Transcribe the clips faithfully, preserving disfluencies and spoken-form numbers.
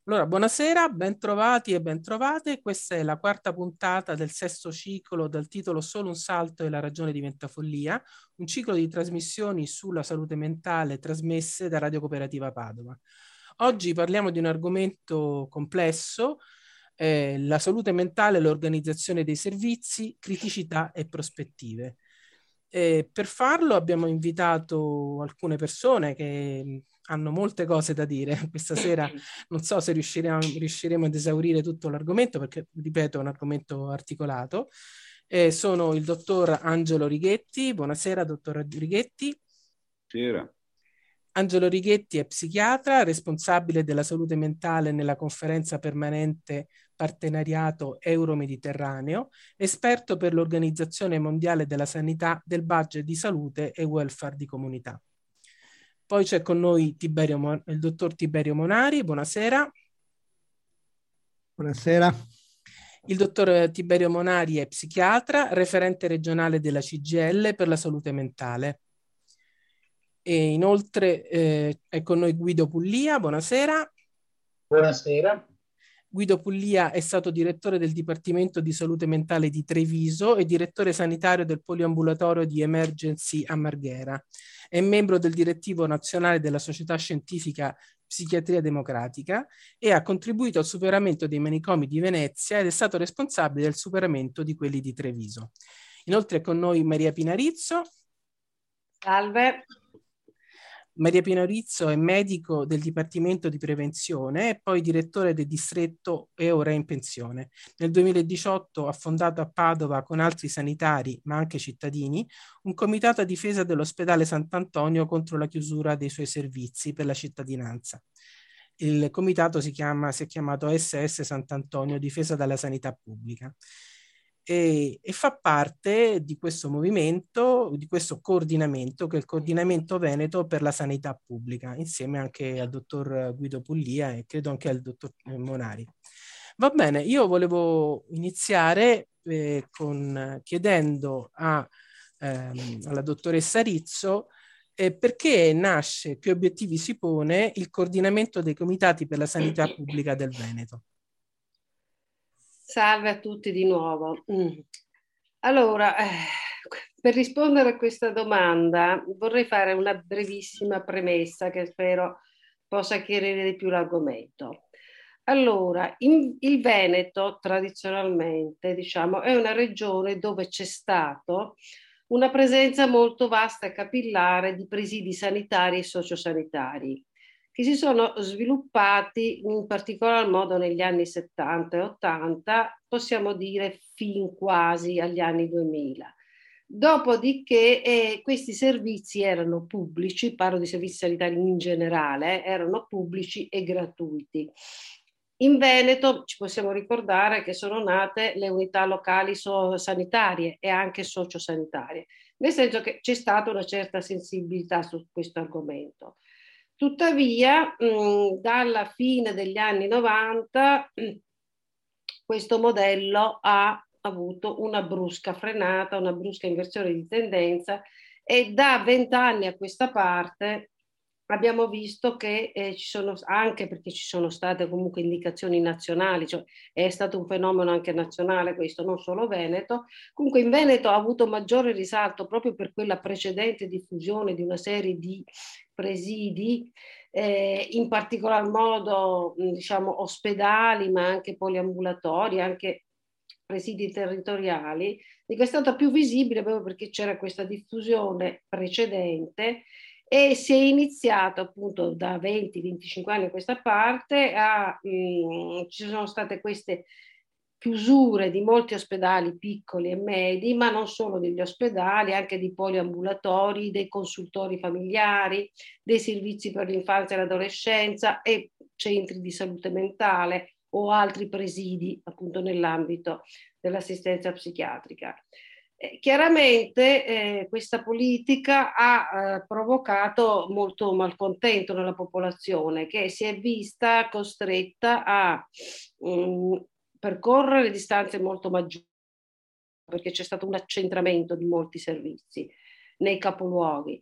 Allora, buonasera, bentrovati e bentrovate. Questa è la quarta puntata del sesto ciclo dal titolo Solo un salto e la ragione diventa follia, un ciclo di trasmissioni sulla salute mentale trasmesse da Radio Cooperativa Padova. Oggi parliamo di un argomento complesso, eh, la salute mentale, l'organizzazione dei servizi, criticità e prospettive. E per farlo abbiamo invitato alcune persone che hanno molte cose da dire. Questa sera non so se riusciremo, riusciremo ad esaurire tutto l'argomento perché, ripeto, è un argomento articolato. Eh, sono il dottor Angelo Righetti. Buonasera, dottor Righetti. C'era. Angelo Righetti è psichiatra, responsabile della salute mentale nella conferenza permanente Partenariato Euro-Mediterraneo, esperto per l'Organizzazione Mondiale della Sanità del budget di salute e welfare di comunità. Poi c'è con noi Tiberio Mon- il dottor Tiberio Monari, buonasera. Buonasera. Il dottor Tiberio Monari è psichiatra, referente regionale della C G I L per la salute mentale. E inoltre eh, è con noi Guido Pullia, buonasera. Buonasera. Guido Pullia è stato direttore del Dipartimento di Salute Mentale di Treviso e direttore sanitario del poliambulatorio di Emergency a Marghera. È membro del direttivo nazionale della Società Scientifica Psichiatria Democratica e ha contribuito al superamento dei manicomi di Venezia ed è stato responsabile del superamento di quelli di Treviso. Inoltre è con noi Maria Pinarizzo. Salve. Maria Pinarizzo è medico del Dipartimento di Prevenzione e poi direttore del distretto e ora in pensione. Nel duemiladiciotto ha fondato a Padova con altri sanitari, ma anche cittadini, un comitato a difesa dell'ospedale Sant'Antonio contro la chiusura dei suoi servizi per la cittadinanza. Il comitato si chiama, si è chiamato S S Sant'Antonio, Difesa dalla Sanità Pubblica. E, e fa parte di questo movimento, di questo coordinamento, che è il Coordinamento Veneto per la Sanità Pubblica, insieme anche al dottor Guido Pullia e credo anche al dottor Monari. Va bene, io volevo iniziare eh, con, chiedendo a, ehm, alla dottoressa Rizzo eh, perché nasce, che obiettivi si pone il coordinamento dei comitati per la sanità pubblica del Veneto. Salve a tutti di nuovo. Mm. Allora, eh, per rispondere a questa domanda vorrei fare una brevissima premessa che spero possa chiarire di più l'argomento. Allora, in, il Veneto tradizionalmente, diciamo, è una regione dove c'è stato una presenza molto vasta e capillare di presidi sanitari e sociosanitari, che si sono sviluppati in particolar modo negli anni settanta e ottanta, possiamo dire fin quasi agli anni duemila. Dopodiché eh, questi servizi erano pubblici, parlo di servizi sanitari in generale, eh, erano pubblici e gratuiti. In Veneto ci possiamo ricordare che sono nate le unità locali so- sanitarie e anche sociosanitarie, nel senso che c'è stata una certa sensibilità su questo argomento. Tuttavia, mh, dalla fine degli anni novanta, mh, questo modello ha avuto una brusca frenata, una brusca inversione di tendenza e da vent'anni a questa parte abbiamo visto che eh, ci sono, anche perché ci sono state comunque indicazioni nazionali, cioè è stato un fenomeno anche nazionale questo, non solo Veneto, comunque in Veneto ha avuto maggiore risalto proprio per quella precedente diffusione di una serie di presidi, eh, in particolar modo diciamo ospedali, ma anche poliambulatori, anche presidi territoriali, di cui è stata più visibile proprio perché c'era questa diffusione precedente e si è iniziato appunto da venti venticinque anni a questa parte, a, mh, ci sono state queste chiusure di molti ospedali piccoli e medi, ma non solo degli ospedali, anche di poliambulatori, dei consultori familiari, dei servizi per l'infanzia e l'adolescenza e centri di salute mentale o altri presidi appunto nell'ambito dell'assistenza psichiatrica. Eh, chiaramente eh, questa politica ha eh, provocato molto malcontento nella popolazione che si è vista costretta a um, percorrere distanze molto maggiori perché c'è stato un accentramento di molti servizi nei capoluoghi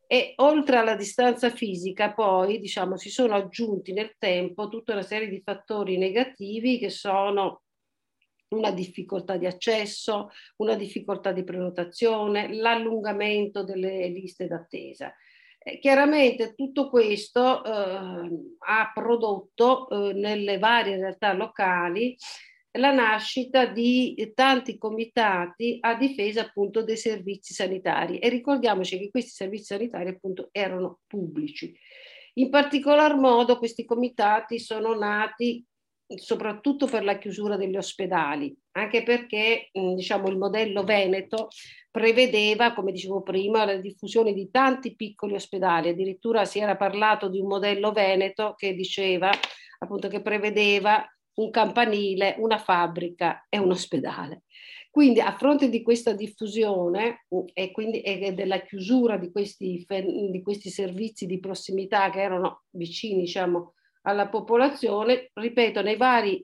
E oltre alla distanza fisica, poi, diciamo, si sono aggiunti nel tempo tutta una serie di fattori negativi che sono una difficoltà di accesso, una difficoltà di prenotazione, l'allungamento delle liste d'attesa. Eh, chiaramente tutto questo eh, ha prodotto eh, nelle varie realtà locali la nascita di tanti comitati a difesa appunto dei servizi sanitari, e ricordiamoci che questi servizi sanitari appunto erano pubblici. In particolar modo questi comitati sono nati soprattutto per la chiusura degli ospedali, anche perché diciamo il modello veneto prevedeva, come dicevo prima, la diffusione di tanti piccoli ospedali. Addirittura si era parlato di un modello veneto che diceva appunto che prevedeva un campanile, una fabbrica e un ospedale. Quindi a fronte di questa diffusione e quindi e della chiusura di questi, di questi servizi di prossimità che erano vicini, diciamo, alla popolazione, ripeto, nei vari,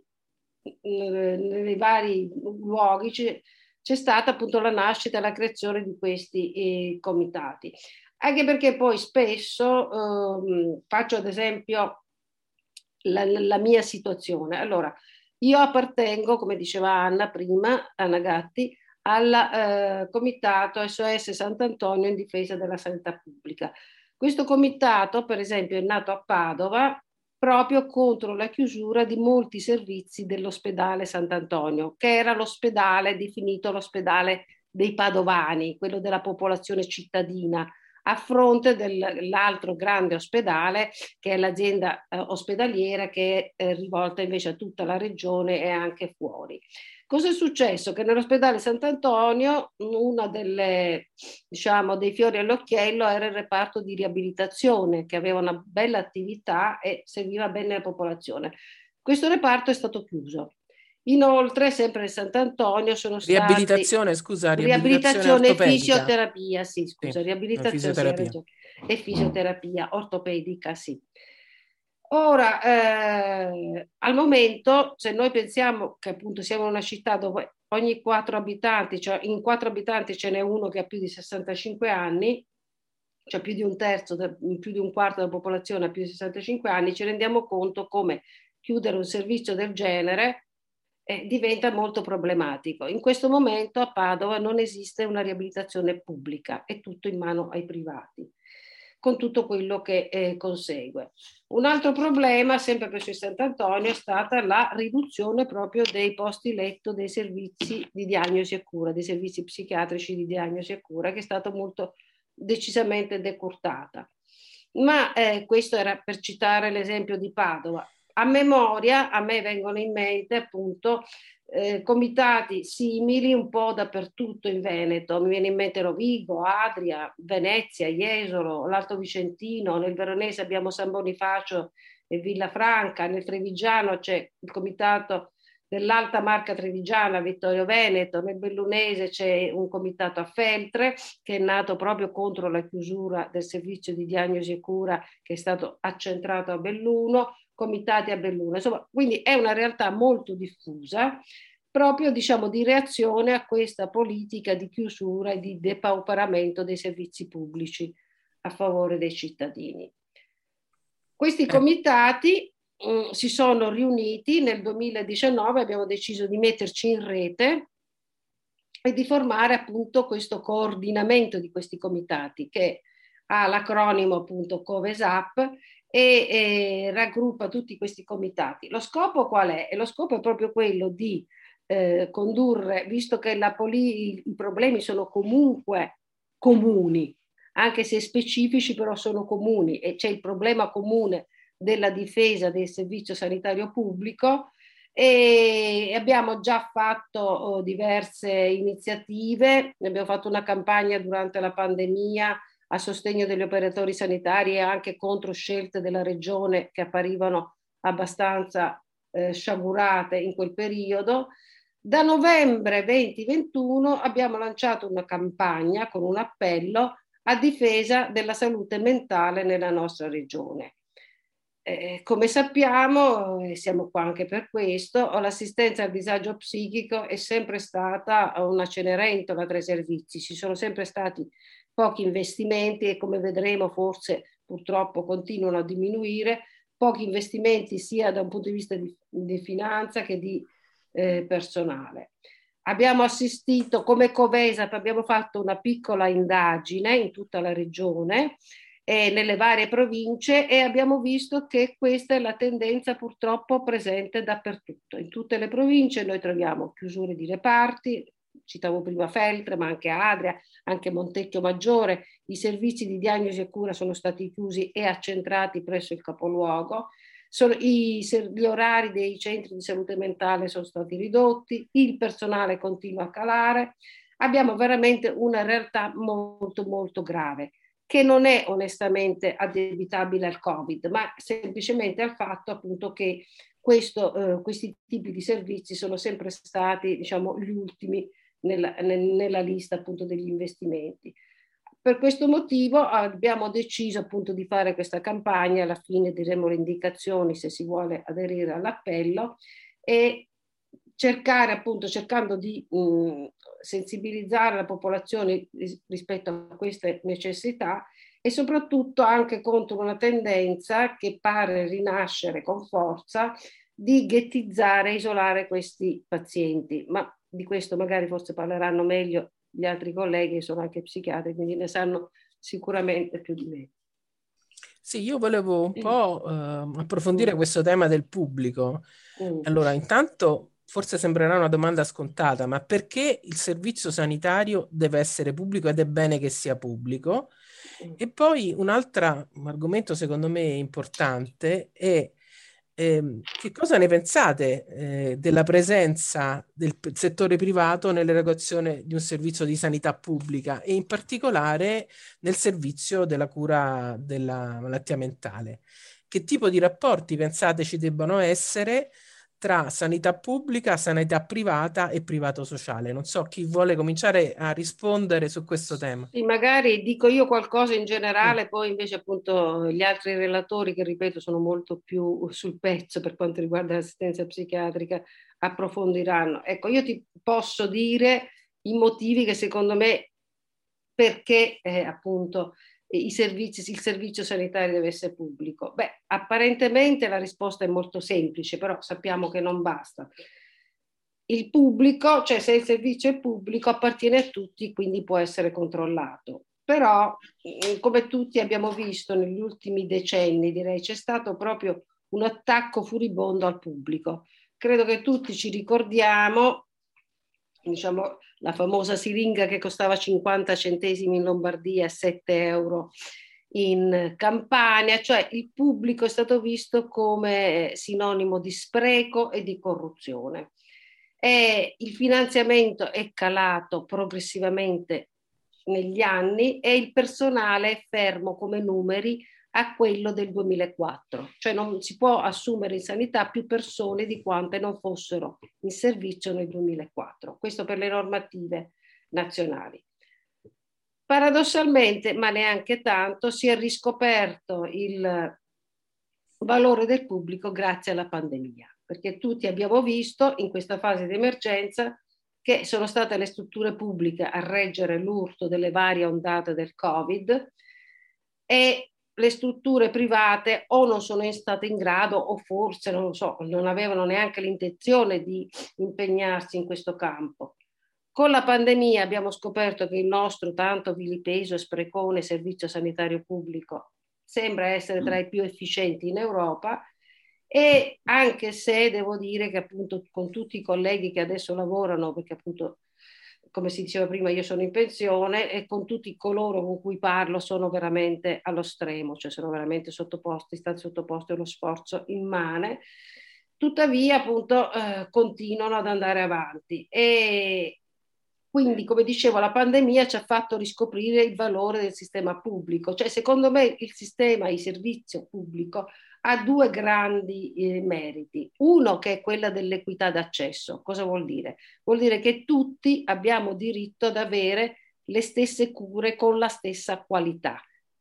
nei vari luoghi c'è, c'è stata appunto la nascita e la creazione di questi eh, comitati. Anche perché poi spesso, eh, faccio ad esempio la, la mia situazione. Allora, io appartengo, come diceva Anna prima, Anna Gatti, al eh, comitato S O S Sant'Antonio in difesa della sanità pubblica. Questo comitato, per esempio, è nato a Padova proprio contro la chiusura di molti servizi dell'ospedale Sant'Antonio, che era l'ospedale definito l'ospedale dei padovani, quello della popolazione cittadina, a fronte dell'altro grande ospedale che è l'azienda eh, ospedaliera che è eh, rivolta invece a tutta la regione e anche fuori. Cosa è successo? Che nell'ospedale Sant'Antonio uno delle, diciamo, dei fiori all'occhiello era il reparto di riabilitazione, che aveva una bella attività e serviva bene la popolazione. Questo reparto è stato chiuso. Inoltre, sempre nel Sant'Antonio sono stati... Riabilitazione, scusa, riabilitazione, riabilitazione ortopedica. Fisioterapia, sì, scusa, sì, riabilitazione fisioterapia. sì, e fisioterapia ortopedica, sì. Ora, eh, al momento, se noi pensiamo che appunto siamo in una città dove ogni quattro abitanti, cioè in quattro abitanti ce n'è uno che ha più di sessantacinque anni, cioè più di un terzo, più di un quarto della popolazione ha più di sessantacinque anni, ci rendiamo conto come chiudere un servizio del genere eh, diventa molto problematico. In questo momento a Padova non esiste una riabilitazione pubblica, è tutto in mano ai privati, con tutto quello che eh, consegue. Un altro problema, sempre per Sant'Antonio, è stata la riduzione proprio dei posti letto dei servizi di diagnosi e cura, dei servizi psichiatrici di diagnosi e cura, che è stata molto decisamente decurtata. Ma eh, questo era per citare l'esempio di Padova. A memoria, a me vengono in mente appunto eh, comitati simili un po' dappertutto in Veneto. Mi viene in mente Rovigo, Adria, Venezia, Jesolo, l'Alto Vicentino, nel Veronese abbiamo San Bonifacio e Villafranca, nel Trevigiano c'è il comitato dell'Alta Marca Trevigiana, Vittorio Veneto, nel Bellunese c'è un comitato a Feltre che è nato proprio contro la chiusura del servizio di diagnosi e cura che è stato accentrato a Belluno, comitati a Belluno. Insomma, quindi è una realtà molto diffusa, proprio diciamo di reazione a questa politica di chiusura e di depauperamento dei servizi pubblici a favore dei cittadini. Questi comitati mh, si sono riuniti nel duemiladiciannove, abbiamo deciso di metterci in rete e di formare appunto questo coordinamento di questi comitati che ha l'acronimo appunto COVESAP e, e raggruppa tutti questi comitati. Lo scopo qual è? E lo scopo è proprio quello di eh, condurre, visto che la poli- i problemi sono comunque comuni, anche se specifici, però sono comuni, e c'è il problema comune della difesa del servizio sanitario pubblico, e abbiamo già fatto oh, diverse iniziative, abbiamo fatto una campagna durante la pandemia a sostegno degli operatori sanitari e anche contro scelte della regione che apparivano abbastanza eh, sciagurate in quel periodo. Da novembre duemilaventuno abbiamo lanciato una campagna con un appello a difesa della salute mentale nella nostra regione. Eh, come sappiamo, e siamo qua anche per questo, l'assistenza al disagio psichico è sempre stata una cenerentola tra i servizi, ci sono sempre stati pochi investimenti e, come vedremo, forse purtroppo continuano a diminuire, pochi investimenti sia da un punto di vista di, di finanza che di eh, personale. Abbiamo assistito come Covesap, abbiamo fatto una piccola indagine in tutta la regione e nelle varie province e abbiamo visto che questa è la tendenza purtroppo presente dappertutto. In tutte le province noi troviamo chiusure di reparti, citavo prima Feltre, ma anche Adria, anche Montecchio Maggiore, i servizi di diagnosi e cura sono stati chiusi e accentrati presso il capoluogo. Sono, i, gli orari dei centri di salute mentale sono stati ridotti, il personale continua a calare, abbiamo veramente una realtà molto molto grave che non è onestamente addebitabile al Covid, ma semplicemente al fatto appunto che questo, eh, questi tipi di servizi sono sempre stati, diciamo, gli ultimi nella, nella lista appunto degli investimenti. Per questo motivo abbiamo deciso appunto di fare questa campagna, alla fine diremo le indicazioni se si vuole aderire all'appello e cercare appunto, cercando di mh, sensibilizzare la popolazione rispetto a queste necessità e soprattutto anche contro una tendenza che pare rinascere con forza di ghettizzare e isolare questi pazienti, ma di questo magari forse parleranno meglio gli altri colleghi che sono anche psichiatri, quindi ne sanno sicuramente più di me. Sì, io volevo un po' uh, approfondire Mm. questo tema del pubblico. Mm. Allora, intanto forse sembrerà una domanda scontata, ma perché il servizio sanitario deve essere pubblico ed è bene che sia pubblico? Mm. E poi un altro argomento secondo me importante è eh, che cosa ne pensate eh, della presenza del p- settore privato nell'erogazione di un servizio di sanità pubblica e in particolare nel servizio della cura della malattia mentale? Che tipo di rapporti pensate ci debbano essere tra sanità pubblica, sanità privata e privato sociale? Non so chi vuole cominciare a rispondere su questo tema. Sì, magari dico io qualcosa in Mm. generale, poi invece appunto gli altri relatori, che ripeto sono molto più sul pezzo per quanto riguarda l'assistenza psichiatrica, approfondiranno. Ecco, io ti posso dire i motivi che secondo me perché eh, appunto i servizi, il servizio sanitario deve essere pubblico. Beh, apparentemente la risposta è molto semplice, però sappiamo che non basta. Il pubblico, cioè se il servizio è pubblico, appartiene a tutti, quindi può essere controllato. Però, come tutti abbiamo visto negli ultimi decenni, direi, c'è stato proprio un attacco furibondo al pubblico. Credo che tutti ci ricordiamo, diciamo, la famosa siringa che costava cinquanta centesimi in Lombardia e sette euro in Campania, cioè il pubblico è stato visto come sinonimo di spreco e di corruzione. E il finanziamento è calato progressivamente negli anni e il personale è fermo come numeri a quello del duemilaquattro, cioè non si può assumere in sanità più persone di quante non fossero in servizio nel duemilaquattro, questo per le normative nazionali. Paradossalmente, ma neanche tanto, si è riscoperto il valore del pubblico grazie alla pandemia, perché tutti abbiamo visto in questa fase di emergenza che sono state le strutture pubbliche a reggere l'urto delle varie ondate del Covid e le strutture private o non sono state in grado o forse, non lo so, non avevano neanche l'intenzione di impegnarsi in questo campo. Con la pandemia abbiamo scoperto che il nostro tanto vilipeso e sprecone servizio sanitario pubblico sembra essere tra i più efficienti in Europa e anche se devo dire che appunto con tutti i colleghi che adesso lavorano, perché appunto come si diceva prima io sono in pensione e con tutti coloro con cui parlo sono veramente allo stremo, cioè sono veramente sottoposti, stati sottoposti a uno sforzo immane, tuttavia appunto eh, continuano ad andare avanti e quindi, come dicevo, la pandemia ci ha fatto riscoprire il valore del sistema pubblico. Cioè, secondo me, il sistema, il servizio pubblico ha due grandi eh, meriti. Uno che è quella dell'equità d'accesso. Cosa vuol dire? Vuol dire che tutti abbiamo diritto ad avere le stesse cure con la stessa qualità.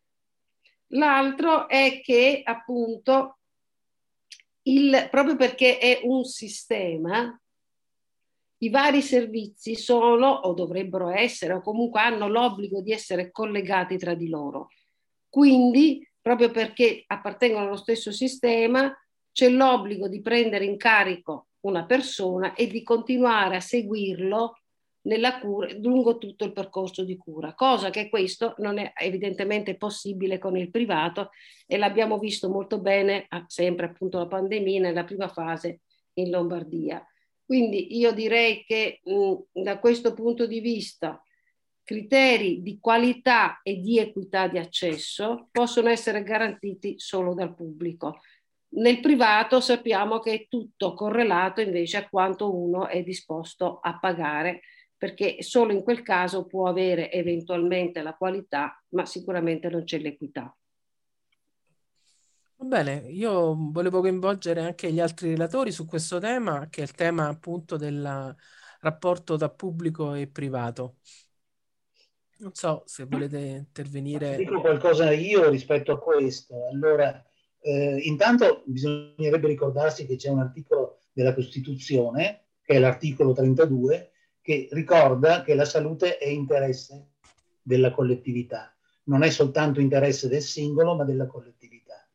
L'altro è che, appunto, il, proprio perché è un sistema, I vari servizi sono o dovrebbero essere o comunque hanno l'obbligo di essere collegati tra di loro. Quindi, proprio perché appartengono allo stesso sistema, c'è l'obbligo di prendere in carico una persona e di continuare a seguirlo nella cura, lungo tutto il percorso di cura, cosa che questo non è evidentemente possibile con il privato e l'abbiamo visto molto bene, sempre appunto la pandemia, nella prima fase in Lombardia. Quindi io direi che mh, da questo punto di vista criteri di qualità e di equità di accesso possono essere garantiti solo dal pubblico. Nel privato sappiamo che è tutto correlato invece a quanto uno è disposto a pagare, perché solo in quel caso può avere eventualmente la qualità, ma sicuramente non c'è l'equità. Va bene, io volevo coinvolgere anche gli altri relatori su questo tema, che è il tema appunto del rapporto tra pubblico e privato. Non so se volete intervenire. Dico qualcosa io rispetto a questo. Allora, eh, intanto bisognerebbe ricordarsi che c'è un articolo della Costituzione, che è l'articolo trentadue, che ricorda che la salute è interesse della collettività. Non è soltanto interesse del singolo, ma della collettività.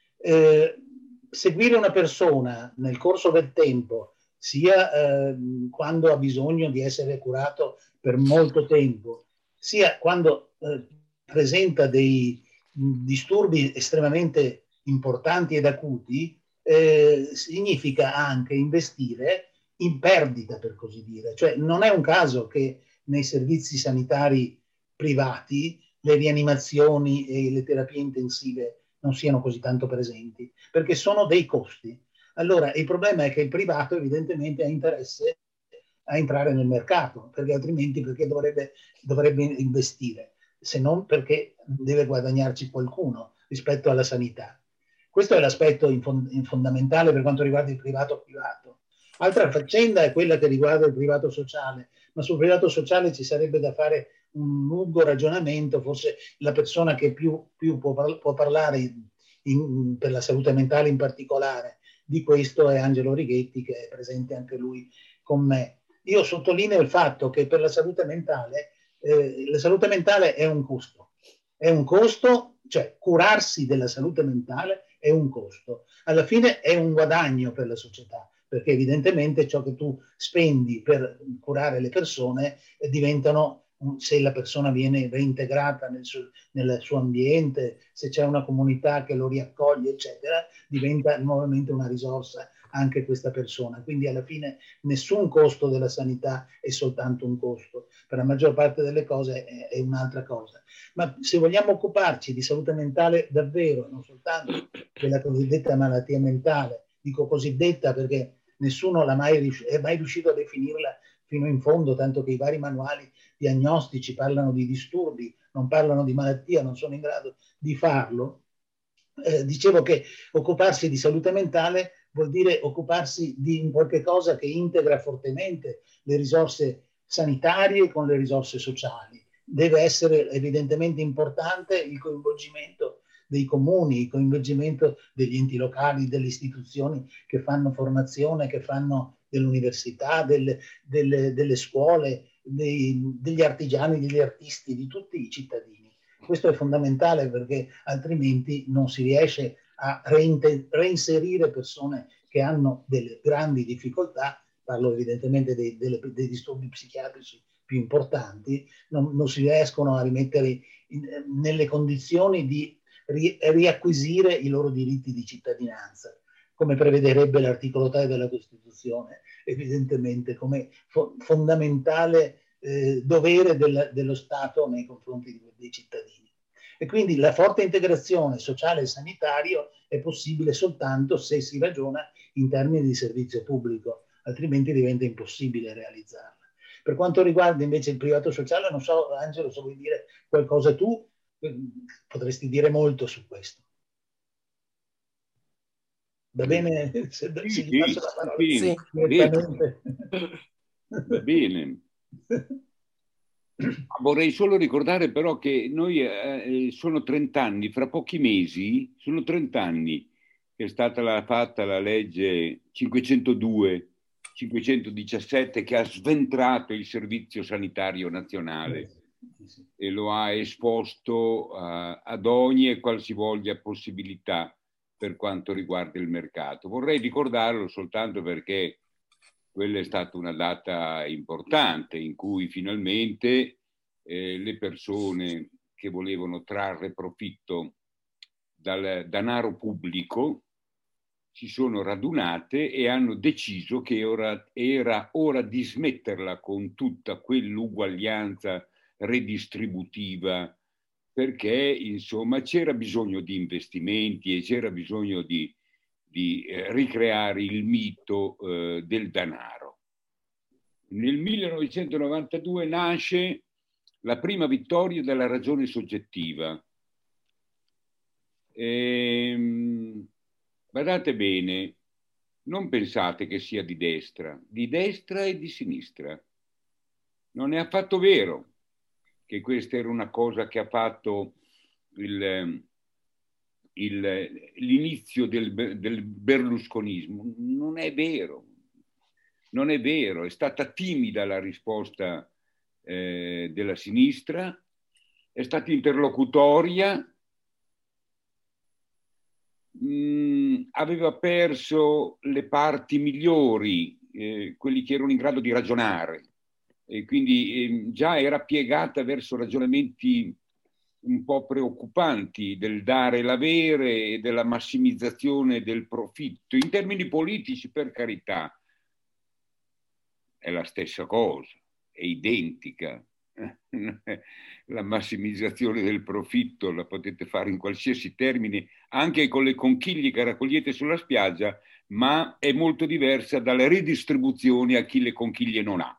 Eh, seguire una persona nel corso del tempo, sia eh, quando ha bisogno di essere curato per molto tempo, sia quando eh, presenta dei mh, disturbi estremamente importanti ed acuti, eh, significa anche investire in perdita, per così dire. Cioè non è un caso che nei servizi sanitari privati le rianimazioni e le terapie intensive non siano così tanto presenti, perché sono dei costi. Allora, il problema è che il privato evidentemente ha interesse a entrare nel mercato, perché altrimenti perché dovrebbe, dovrebbe investire, se non perché deve guadagnarci qualcuno rispetto alla sanità. Questo è l'aspetto in fond- in fondamentale per quanto riguarda il privato privato. Altra faccenda è quella che riguarda il privato sociale, ma sul privato sociale ci sarebbe da fare un lungo ragionamento, forse la persona che più, più può, par- può parlare in, in, per la salute mentale in particolare di questo è Angelo Righetti, che è presente anche lui con me. Io sottolineo il fatto che per la salute mentale, eh, la salute mentale è un costo, è un costo, cioè curarsi della salute mentale è un costo, alla fine è un guadagno per la società, perché evidentemente ciò che tu spendi per curare le persone eh, diventano, se la persona viene reintegrata nel suo, nel suo ambiente, se c'è una comunità che lo riaccoglie, eccetera, diventa nuovamente una risorsa anche questa persona. Quindi alla fine nessun costo della sanità è soltanto un costo, per la maggior parte delle cose è, è un'altra cosa. Ma se vogliamo occuparci di salute mentale davvero, non soltanto della cosiddetta malattia mentale, dico cosiddetta perché nessuno l'ha mai riuscito, è mai riuscito a definirla fino in fondo, tanto che i vari manuali diagnostici parlano di disturbi, non parlano di malattia, non sono in grado di farlo. Eh, dicevo che occuparsi di salute mentale vuol dire occuparsi di qualche cosa che integra fortemente le risorse sanitarie con le risorse sociali. Deve essere evidentemente importante il coinvolgimento dei comuni, il coinvolgimento degli enti locali, delle istituzioni che fanno formazione, che fanno dell'università, delle, delle, delle scuole, dei, degli artigiani, degli artisti, di tutti i cittadini. Questo è fondamentale perché altrimenti non si riesce a reinserire persone che hanno delle grandi difficoltà, parlo evidentemente dei, dei, dei disturbi psichiatrici più importanti, non, non si riescono a rimettere in, nelle condizioni di ri, riacquisire i loro diritti di cittadinanza, come prevederebbe l'articolo tre della Costituzione, evidentemente come fo- fondamentale eh, dovere del, dello Stato nei confronti di, dei cittadini. E quindi la forte integrazione sociale e sanitario è possibile soltanto se si ragiona in termini di servizio pubblico, altrimenti diventa impossibile realizzarla. Per quanto riguarda invece il privato sociale, non so, Angelo, se vuoi dire qualcosa tu, potresti dire molto su questo. Va bene? Se, sì, se gli sì, passo la parola sì, direttamente. Va bene. Vorrei solo ricordare però che noi eh, sono trent'anni, fra pochi mesi, sono trent'anni che è stata la, fatta la legge cinquecentodue cinquecentodiciassette, che ha sventrato il Servizio Sanitario Nazionale e lo ha esposto uh, ad ogni e qualsivoglia possibilità per quanto riguarda il mercato. Vorrei ricordarlo soltanto perché quella è stata una data importante in cui finalmente eh, le persone che volevano trarre profitto dal denaro pubblico si sono radunate e hanno deciso che ora, era ora di smetterla con tutta quell'uguaglianza redistributiva, perché insomma c'era bisogno di investimenti e c'era bisogno di, di eh, ricreare il mito eh, del denaro. Nel millenovecentonovantadue nasce la prima vittoria della ragione soggettiva. Ehm, Guardate bene, non pensate che sia di destra, di destra e di sinistra. Non è affatto vero che questa era una cosa che ha fatto il, il, l'inizio del, del berlusconismo. Non è vero, non è vero. È stata timida la risposta eh, della sinistra, è stata interlocutoria. Mm, aveva perso le parti migliori, eh, quelli che erano in grado di ragionare, e quindi eh, già era piegata verso ragionamenti un po' preoccupanti del dare e l'avere e della massimizzazione del profitto. In termini politici, per carità, è la stessa cosa, è identica. La massimizzazione del profitto la potete fare in qualsiasi termine, anche con le conchiglie che raccogliete sulla spiaggia, ma è molto diversa dalle ridistribuzioni a chi le conchiglie non ha.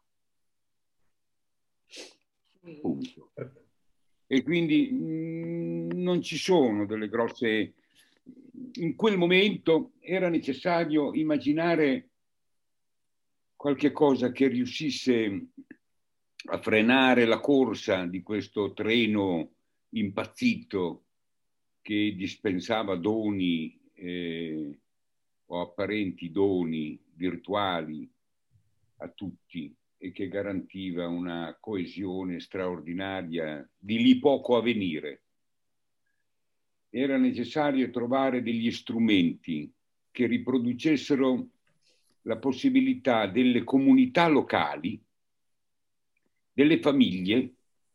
Punto. E quindi mh, non ci sono delle grosse... In quel momento era necessario immaginare qualche cosa che riuscisse a frenare la corsa di questo treno impazzito che dispensava doni eh, o apparenti doni virtuali a tutti e che garantiva una coesione straordinaria di lì poco a venire. Era necessario trovare degli strumenti che riproducessero la possibilità delle comunità locali, delle famiglie,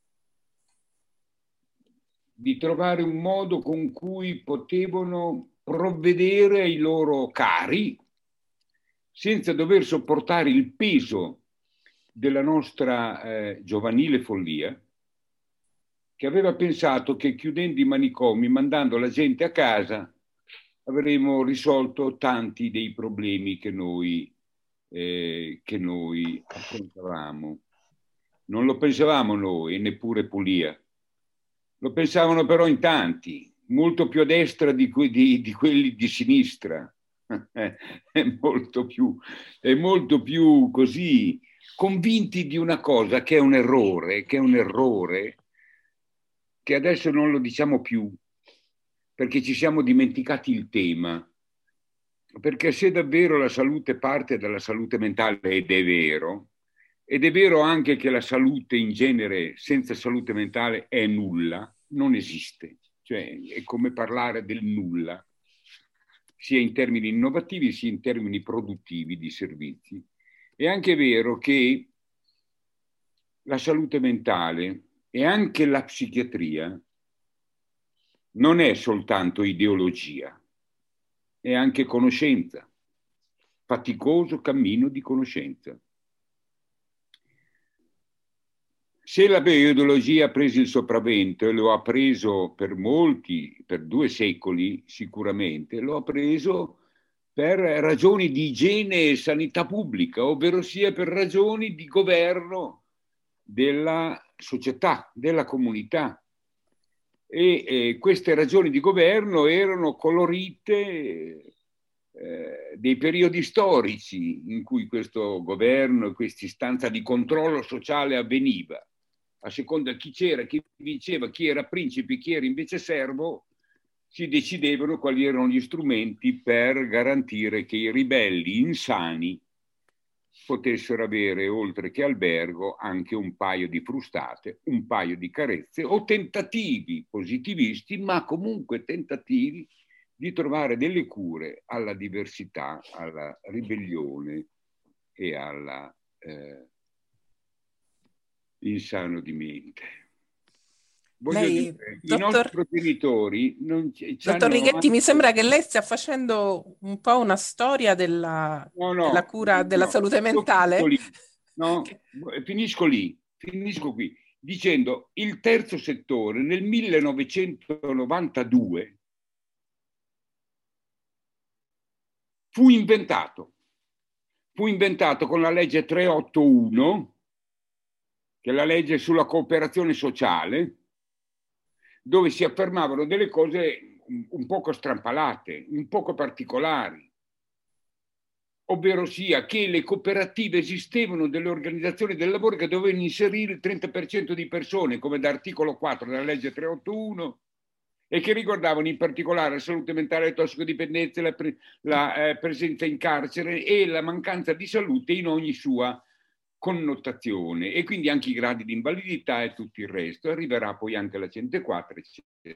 di trovare un modo con cui potevano provvedere ai loro cari senza dover sopportare il peso della nostra eh, giovanile follia, che aveva pensato che chiudendo i manicomi, mandando la gente a casa, avremmo risolto tanti dei problemi che noi, eh, che noi affrontavamo. Non lo pensavamo noi, neppure Pulia. Lo pensavano però in tanti, molto più a destra di, que- di, di quelli di sinistra. È molto più, è molto più così, convinti di una cosa che è un errore, che è un errore, che adesso non lo diciamo più, perché ci siamo dimenticati il tema. Perché se davvero la salute parte dalla salute mentale, ed è vero, ed è vero anche che la salute in genere senza salute mentale è nulla, non esiste, cioè è come parlare del nulla, sia in termini innovativi sia in termini produttivi di servizi. È anche vero che la salute mentale e anche la psichiatria non è soltanto ideologia, è anche conoscenza, faticoso cammino di conoscenza. Se la ideologia ha preso il sopravvento, e lo ha preso per molti, per due secoli sicuramente, lo ha preso per ragioni di igiene e sanità pubblica, ovvero sia per ragioni di governo della società, della comunità. E eh, queste ragioni di governo erano colorite eh, dei periodi storici in cui questo governo e questa istanza di controllo sociale avveniva. A seconda chi c'era, chi vinceva, chi era principe, chi era invece servo, si decidevano quali erano gli strumenti per garantire che i ribelli insani potessero avere, oltre che albergo, anche un paio di frustate, un paio di carezze o tentativi positivisti, ma comunque tentativi di trovare delle cure alla diversità, alla ribellione e alla eh, insano di mente. Voglio Lei, dire, dottor, i nostri progenitori non c- dottor c'hanno Righetti, mi anche... sembra che lei stia facendo un po' una storia della, No, della no, cura della no, salute io finisco mentale. lì, no? Che- Finisco lì, finisco qui, dicendo il terzo settore nel millenovecentonovantadue fu inventato. Fu inventato con la legge trecentoottantuno, che è la legge sulla cooperazione sociale, dove si affermavano delle cose un, un poco strampalate, un poco particolari, ovvero sia che le cooperative esistevano delle organizzazioni del lavoro che dovevano inserire il trenta per cento di persone, come da articolo quattro della legge trecentoottantuno, e che riguardavano in particolare la salute mentale, le tossicodipendenze, la, pre, la eh, presenza in carcere e la mancanza di salute in ogni sua connotazione, e quindi anche i gradi di invalidità e tutto il resto. Arriverà poi anche la centoquattro, eccetera.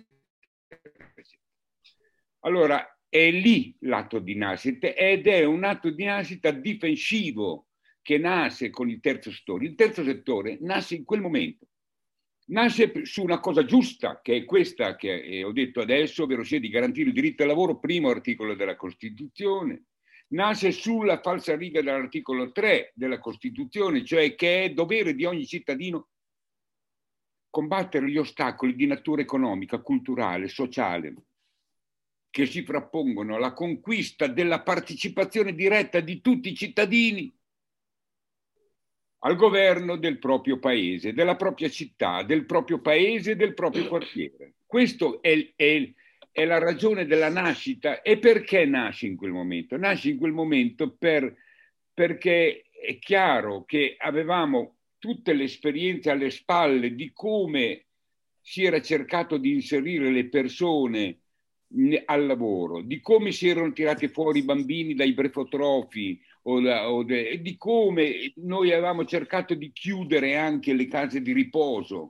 Allora, è lì l'atto di nascita, ed è un atto di nascita difensivo che nasce con il terzo settore. Il terzo settore nasce in quel momento, nasce su una cosa giusta, che è questa che ho detto adesso, ovvero sia di garantire il diritto al lavoro, primo articolo della Costituzione. Nasce sulla falsariga dell'articolo tre della Costituzione, cioè che è dovere di ogni cittadino combattere gli ostacoli di natura economica, culturale, sociale, che si frappongono alla conquista della partecipazione diretta di tutti i cittadini al governo del proprio paese, della propria città, del proprio paese e del proprio quartiere. Questo è, è, è la ragione della nascita. E perché nasce in quel momento? Nasce in quel momento per, perché è chiaro che avevamo tutte le esperienze alle spalle di come si era cercato di inserire le persone al lavoro, di come si erano tirati fuori i bambini dai brefotrofi, o, da, o de, di come noi avevamo cercato di chiudere anche le case di riposo,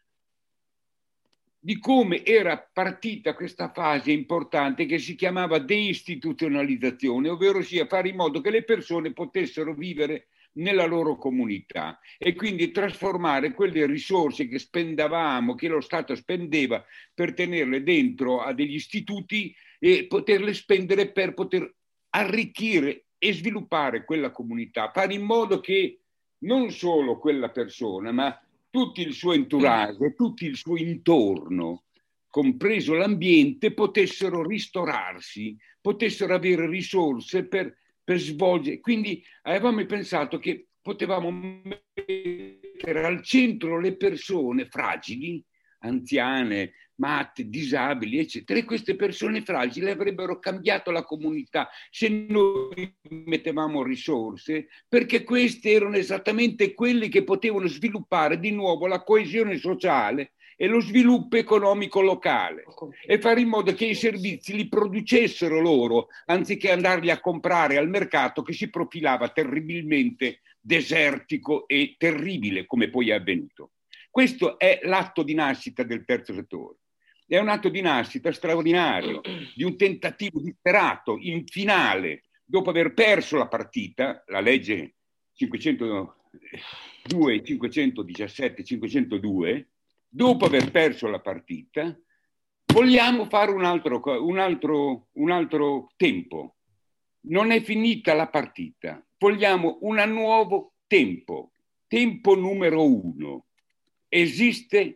di come era partita questa fase importante che si chiamava deistituzionalizzazione, ovvero sia fare in modo che le persone potessero vivere nella loro comunità e quindi trasformare quelle risorse che spendavamo, che lo Stato spendeva per tenerle dentro a degli istituti, e poterle spendere per poter arricchire e sviluppare quella comunità, fare in modo che non solo quella persona, ma tutto il suo entourage, tutto il suo intorno, compreso l'ambiente, potessero ristorarsi, potessero avere risorse per per svolgere. Quindi avevamo pensato che potevamo mettere al centro le persone fragili, anziane, matte, disabili, eccetera, e queste persone fragili avrebbero cambiato la comunità se noi mettevamo risorse, perché queste erano esattamente quelli che potevano sviluppare di nuovo la coesione sociale e lo sviluppo economico locale, e fare in modo che i servizi li producessero loro, anziché andarli a comprare al mercato, che si profilava terribilmente desertico e terribile, come poi è avvenuto. Questo è l'atto di nascita del terzo settore. È un atto di nascita straordinario, di un tentativo disperato, in finale, dopo aver perso la partita, la legge cinquecentodue, cinquecentodiciassette, cinquecentodue, dopo aver perso la partita, vogliamo fare un altro, un altro, un altro tempo. Non è finita la partita, vogliamo un nuovo tempo, tempo numero uno. Esiste,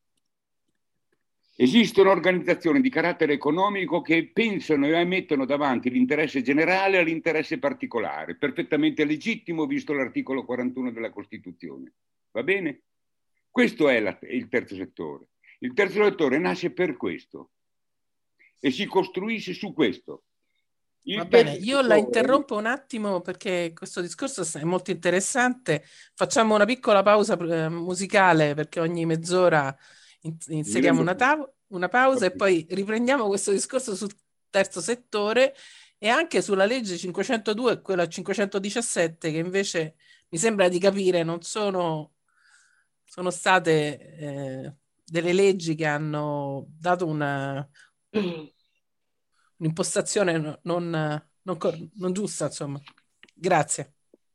esistono organizzazioni di carattere economico che pensano e mettono davanti l'interesse generale all'interesse particolare, perfettamente legittimo visto l'articolo quarantuno della Costituzione. Va bene? Questo è la, il terzo settore. Il terzo settore nasce per questo e si costruisce su questo. Il Va bene, io settore... la interrompo un attimo perché questo discorso è molto interessante. Facciamo una piccola pausa eh, musicale, perché ogni mezz'ora in- inseriamo una, tav- una pausa e poi riprendiamo questo discorso sul terzo settore e anche sulla legge cinquecentodue e quella cinquecentodiciassette, che invece mi sembra di capire non sono, sono state eh, delle leggi che hanno dato una, un'impostazione non, non, non, non giusta, insomma. Grazie.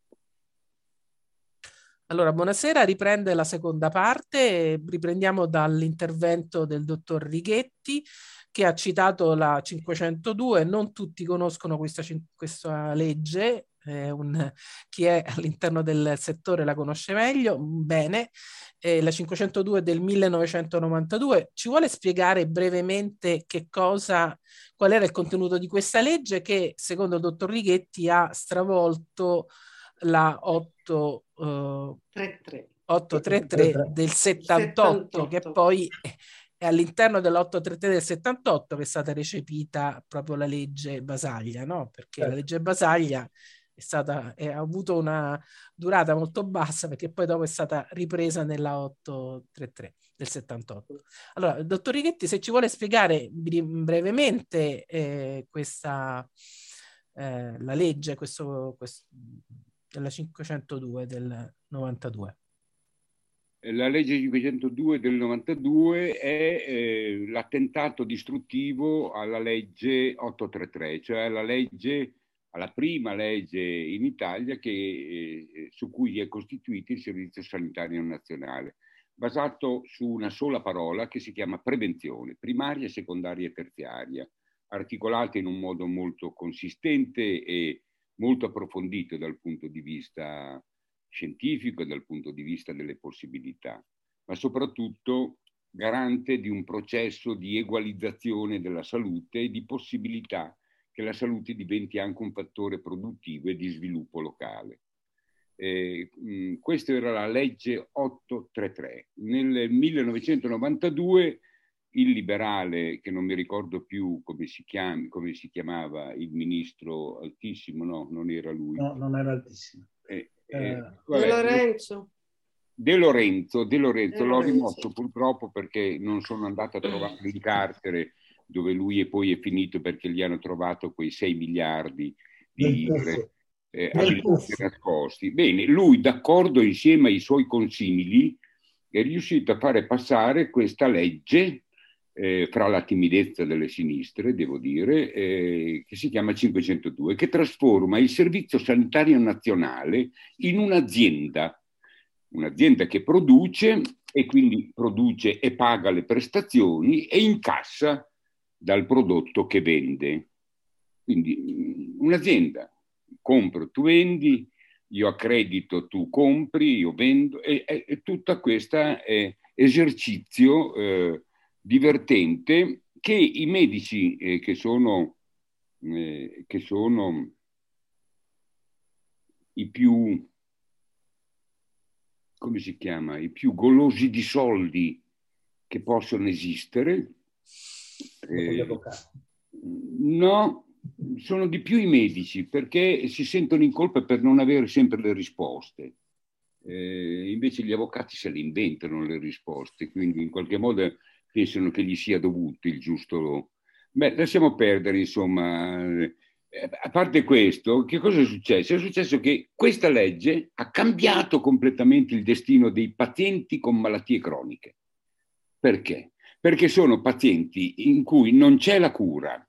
Allora, buonasera, riprende la seconda parte, riprendiamo dall'intervento del dottor Righetti, che ha citato la cinquecentodue. Non tutti conoscono questa, questa legge, eh, un, chi è all'interno del settore la conosce meglio. Bene, eh, la cinquecentodue del millenovecentonovantadue. Ci vuole spiegare brevemente che cosa, qual era il contenuto di questa legge che, secondo il dottor Righetti, ha stravolto la otto trentatré del settantotto, che poi è all'interno dell'otto trentatré del settantotto che è stata recepita proprio la legge Basaglia, no? Perché certo. La legge Basaglia è stata, è, ha avuto una durata molto bassa, perché poi dopo è stata ripresa nella otto trentatré del settantotto. Allora, dottor Righetti, se ci vuole spiegare brevemente eh, questa eh, la legge, questo, questo della cinquecentodue del novantadue. La legge cinquecentodue del novantadue è eh, l'attentato distruttivo alla legge ottocentotrentatré, cioè alla legge, alla prima legge in Italia che, eh, su cui è costituito il Servizio Sanitario Nazionale, basato su una sola parola che si chiama prevenzione, primaria, secondaria e terziaria, articolata in un modo molto consistente e molto approfondito dal punto di vista scientifico e dal punto di vista delle possibilità, ma soprattutto garante di un processo di egualizzazione della salute e di possibilità che la salute diventi anche un fattore produttivo e di sviluppo locale. Eh, mh, questa era la legge ottocentotrentatré. Nel millenovecentonovantadue il liberale, che non mi ricordo più come si, chiami, come si chiamava, il ministro Altissimo, no, non era lui. No, non era Altissimo. Eh, eh, eh, De Lorenzo. De Lorenzo, De Lorenzo, l'ho rimosso purtroppo perché non sono andato a trovare in carcere, dove lui è poi è finito perché gli hanno trovato quei sei miliardi di lire eh, nascosti. Bene, lui d'accordo insieme ai suoi consigli è riuscito a fare passare questa legge Eh, fra la timidezza delle sinistre, devo dire, eh, che si chiama cinquecentodue, che trasforma il Servizio Sanitario Nazionale in un'azienda, un'azienda che produce e quindi produce e paga le prestazioni e incassa dal prodotto che vende. Quindi un'azienda, compro, tu vendi, io accredito, tu compri, io vendo, e, e, e tutta questa eh, esercizio eh, divertente che i medici eh, che sono eh, che sono i più, come si chiama, i più golosi di soldi che possono esistere, eh, no, sono di più i medici, perché si sentono in colpa per non avere sempre le risposte. Eh, invece gli avvocati se le inventano le risposte, quindi in qualche modo pensano che gli sia dovuto il giusto. Beh, lasciamo perdere, insomma. A parte questo, che cosa è successo? È successo che questa legge ha cambiato completamente il destino dei pazienti con malattie croniche. Perché? Perché sono pazienti in cui non c'è la cura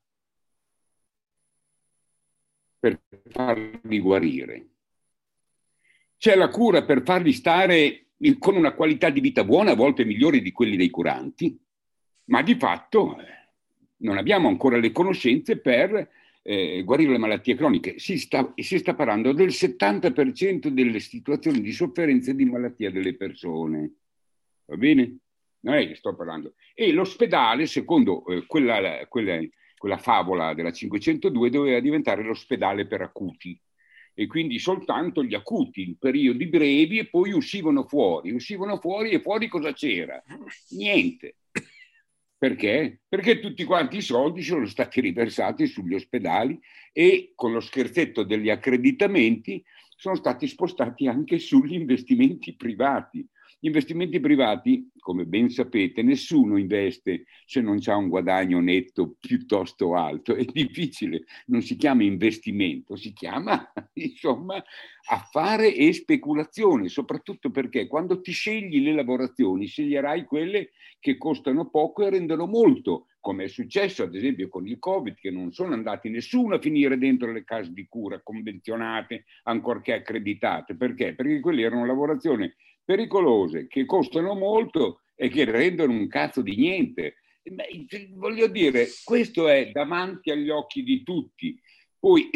per farli guarire. C'è la cura per farli stare con una qualità di vita buona, a volte migliore di quelli dei curanti, ma di fatto non abbiamo ancora le conoscenze per eh, guarire le malattie croniche. Si sta, si sta parlando del settanta per cento delle situazioni di sofferenza e di malattia delle persone. Va bene? Non è che sto parlando. E l'ospedale, secondo eh, quella, quella, quella favola della cinquecentodue, doveva diventare l'ospedale per acuti. E quindi soltanto gli acuti in periodi brevi e poi uscivano fuori. Uscivano fuori e fuori cosa c'era? Niente. Perché? Perché tutti quanti i soldi sono stati riversati sugli ospedali e con lo scherzetto degli accreditamenti sono stati spostati anche sugli investimenti privati. Gli investimenti privati, come ben sapete, nessuno investe se non c'ha un guadagno netto piuttosto alto. È difficile, non si chiama investimento, si chiama, insomma, affare e speculazione, soprattutto perché quando ti scegli le lavorazioni, sceglierai quelle che costano poco e rendono molto, come è successo ad esempio con il Covid, che non sono andati nessuno a finire dentro le case di cura convenzionate, ancorché accreditate. Perché? Perché quelle erano lavorazioni pericolose, che costano molto e che rendono un cazzo di niente. Voglio dire, questo è davanti agli occhi di tutti. Poi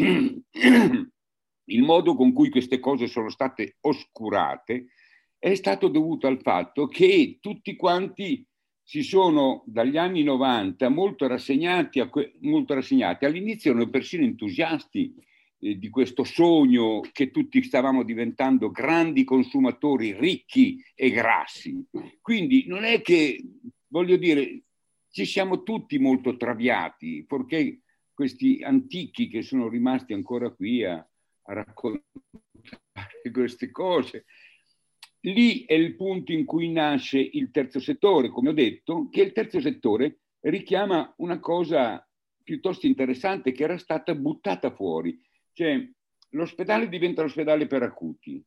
il modo con cui queste cose sono state oscurate è stato dovuto al fatto che tutti quanti si sono dagli anni novanta molto rassegnati, a que- molto rassegnati. All'inizio erano persino entusiasti eh, di questo sogno che tutti stavamo diventando grandi consumatori ricchi e grassi. Quindi non è che, voglio dire, ci siamo tutti molto traviati, perché questi antichi che sono rimasti ancora qui a, a raccontare queste cose. Lì è il punto in cui nasce il terzo settore, come ho detto, che il terzo settore richiama una cosa piuttosto interessante che era stata buttata fuori. Cioè, l'ospedale diventa l'ospedale per acuti.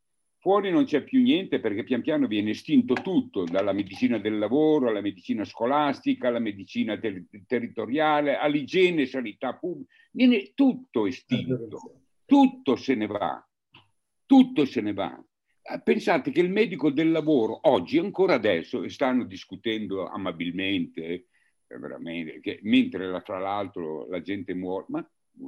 Fuori non c'è più niente perché pian piano viene estinto tutto, dalla medicina del lavoro alla medicina scolastica, alla medicina ter- territoriale, all'igiene, sanità pubblica. Viene tutto estinto, tutto se ne va, tutto se ne va. Pensate che il medico del lavoro oggi, ancora adesso, e stanno discutendo amabilmente, veramente, che, mentre tra l'altro la gente muore, ma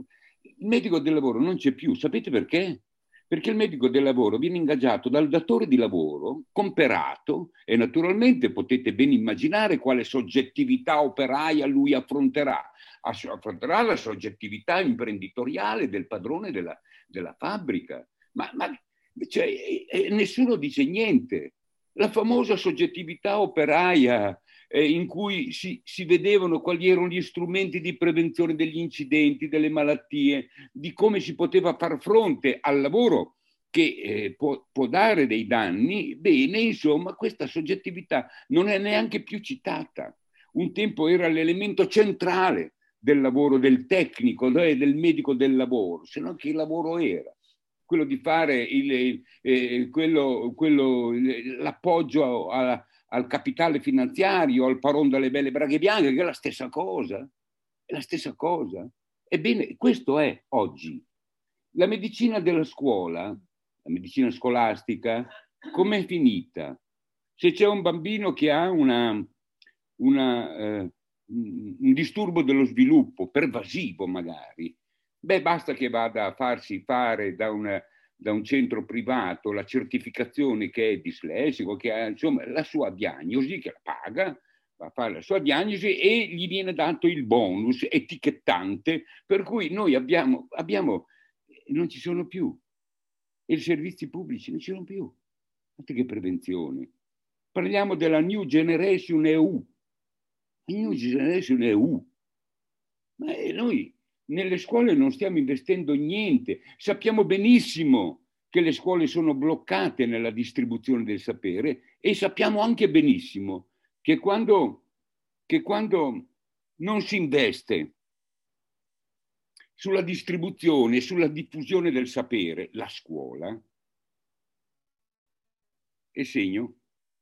il medico del lavoro non c'è più. Sapete perché? Perché il medico del lavoro viene ingaggiato dal datore di lavoro, comperato, e naturalmente potete ben immaginare quale soggettività operaia lui affronterà. Affronterà la soggettività imprenditoriale del padrone della, della fabbrica. Ma, ma cioè, e, e nessuno dice niente. La famosa soggettività operaia eh, in cui si, si vedevano quali erano gli strumenti di prevenzione degli incidenti, delle malattie, di come si poteva far fronte al lavoro che eh, può, può dare dei danni. Bene, insomma, questa soggettività non è neanche più citata. Un tempo era l'elemento centrale del lavoro del tecnico, del medico del lavoro, se no che lavoro era? Quello di fare il, eh, quello, quello, l'appoggio a, al capitale finanziario, al paron delle belle braghe bianche, che è la stessa cosa, è la stessa cosa. Ebbene, questo è oggi. La medicina della scuola, la medicina scolastica, com'è finita? Se c'è un bambino che ha una, una, eh, un disturbo dello sviluppo, pervasivo magari, beh, basta che vada a farsi fare da, una, da un centro privato la certificazione che è dislessico, che ha insomma la sua diagnosi, che la paga, va a fare la sua diagnosi e gli viene dato il bonus etichettante, per cui noi abbiamo, abbiamo non ci sono più, e i servizi pubblici non ci sono più. Altro che prevenzione. Parliamo della New Generation E U. La New Generation E U. Ma noi nelle scuole non stiamo investendo niente. Sappiamo benissimo che le scuole sono bloccate nella distribuzione del sapere e sappiamo anche benissimo che quando, che quando non si investe sulla distribuzione, sulla diffusione del sapere, la scuola è segno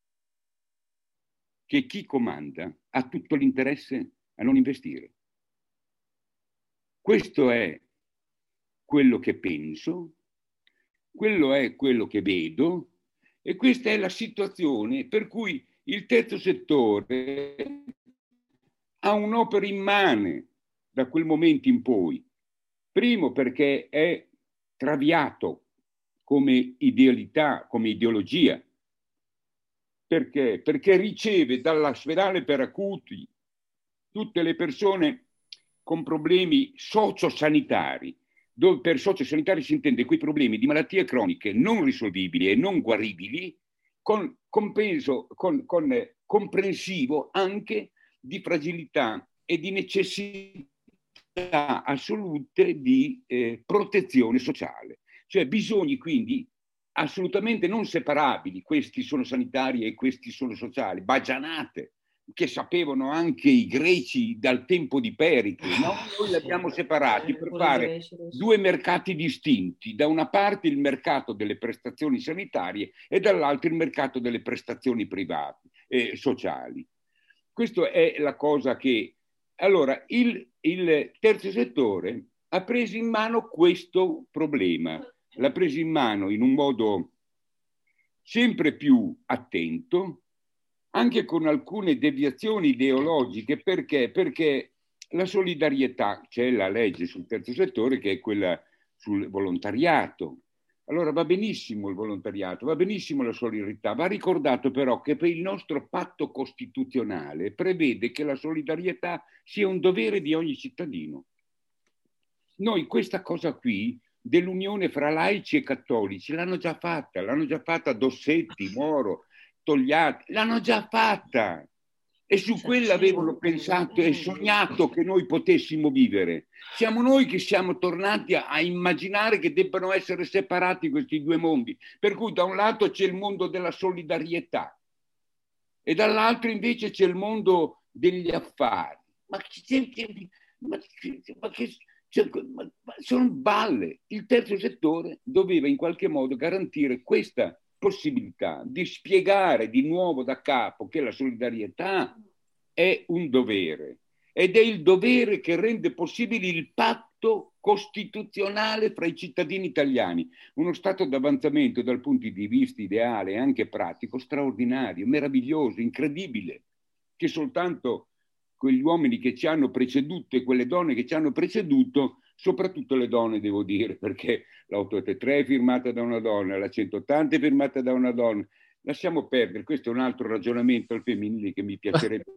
che chi comanda ha tutto l'interesse a non investire. Questo è quello che penso, quello è quello che vedo e questa è la situazione per cui il terzo settore ha un'opera immane da quel momento in poi. Primo perché è traviato come idealità, come ideologia. Perché? Perché riceve dall'ospedale per acuti tutte le persone con problemi sociosanitari, dove per sociosanitari si intende quei problemi di malattie croniche non risolvibili e non guaribili, con, compenso, con, con comprensivo anche di fragilità e di necessità assolute di eh, protezione sociale. Cioè bisogni quindi assolutamente non separabili, questi sono sanitari e questi sono sociali, bagianate, che sapevano anche i greci dal tempo di Pericle, no? Noi li abbiamo separati per fare due mercati distinti, da una parte il mercato delle prestazioni sanitarie e dall'altra il mercato delle prestazioni private e sociali. Questa è la cosa che... Allora, il, il terzo settore ha preso in mano questo problema, l'ha preso in mano in un modo sempre più attento, anche con alcune deviazioni ideologiche. Perché? Perché la solidarietà, c'è la legge sul terzo settore che è quella sul volontariato. Allora va benissimo il volontariato, va benissimo la solidarietà, va ricordato però che per il nostro patto costituzionale prevede che la solidarietà sia un dovere di ogni cittadino. Noi questa cosa qui dell'unione fra laici e cattolici l'hanno già fatta, l'hanno già fatta Dossetti, Moro, Togliatti, l'hanno già fatta, e su quella avevano pensato e sognato che noi potessimo vivere. Siamo noi che siamo tornati a, a immaginare che debbano essere separati questi due mondi, per cui da un lato c'è il mondo della solidarietà e dall'altro invece c'è il mondo degli affari. Ma, ma, ma che cioè, sono balle. Il terzo settore doveva in qualche modo garantire questa possibilità di spiegare di nuovo da capo che la solidarietà è un dovere, ed è il dovere che rende possibile il patto costituzionale fra i cittadini italiani, uno stato d'avanzamento dal punto di vista ideale e anche pratico straordinario, meraviglioso, incredibile, che soltanto quegli uomini che ci hanno preceduto e quelle donne che ci hanno preceduto, soprattutto le donne devo dire, perché l'autotrentatré è firmata da una donna, la centottanta è firmata da una donna. Lasciamo perdere, questo è un altro ragionamento al femminile che mi piacerebbe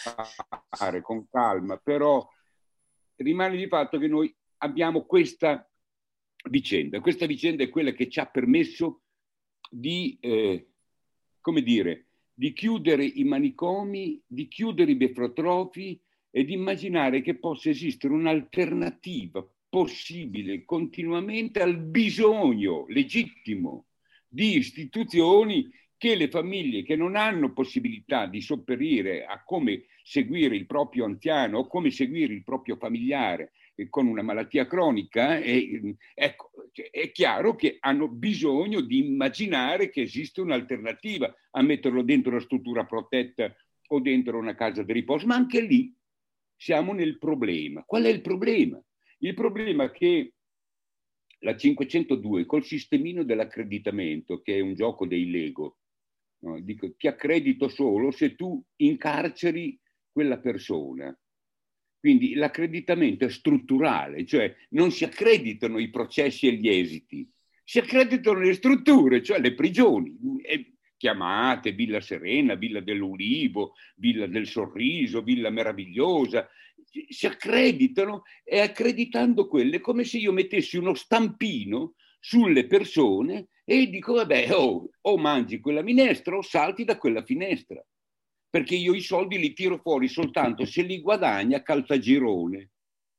fare con calma, però rimane di fatto che noi abbiamo questa vicenda. Questa vicenda è quella che ci ha permesso di, eh, come dire, di chiudere i manicomi, di chiudere i befrotrofi e di immaginare che possa esistere un'alternativa possibile continuamente al bisogno legittimo di istituzioni che le famiglie che non hanno possibilità di sopperire a come seguire il proprio anziano o come seguire il proprio familiare con una malattia cronica, e, ecco, è chiaro che hanno bisogno di immaginare che esiste un'alternativa a metterlo dentro una struttura protetta o dentro una casa di riposo. Ma anche lì siamo nel problema. Qual è il problema? Il problema è che la cinquecentodue col sistemino dell'accreditamento, che è un gioco dei Lego, no? Dico, ti accredito solo se tu incarceri quella persona. Quindi l'accreditamento è strutturale, cioè non si accreditano i processi e gli esiti, si accreditano le strutture, cioè le prigioni, e chiamate Villa Serena, Villa dell'Ulivo, Villa del Sorriso, Villa Meravigliosa, si accreditano, e accreditando quelle è come se io mettessi uno stampino sulle persone e dico vabbè, oh, o mangi quella minestra o salti da quella finestra, perché io i soldi li tiro fuori soltanto se li guadagna Caltagirone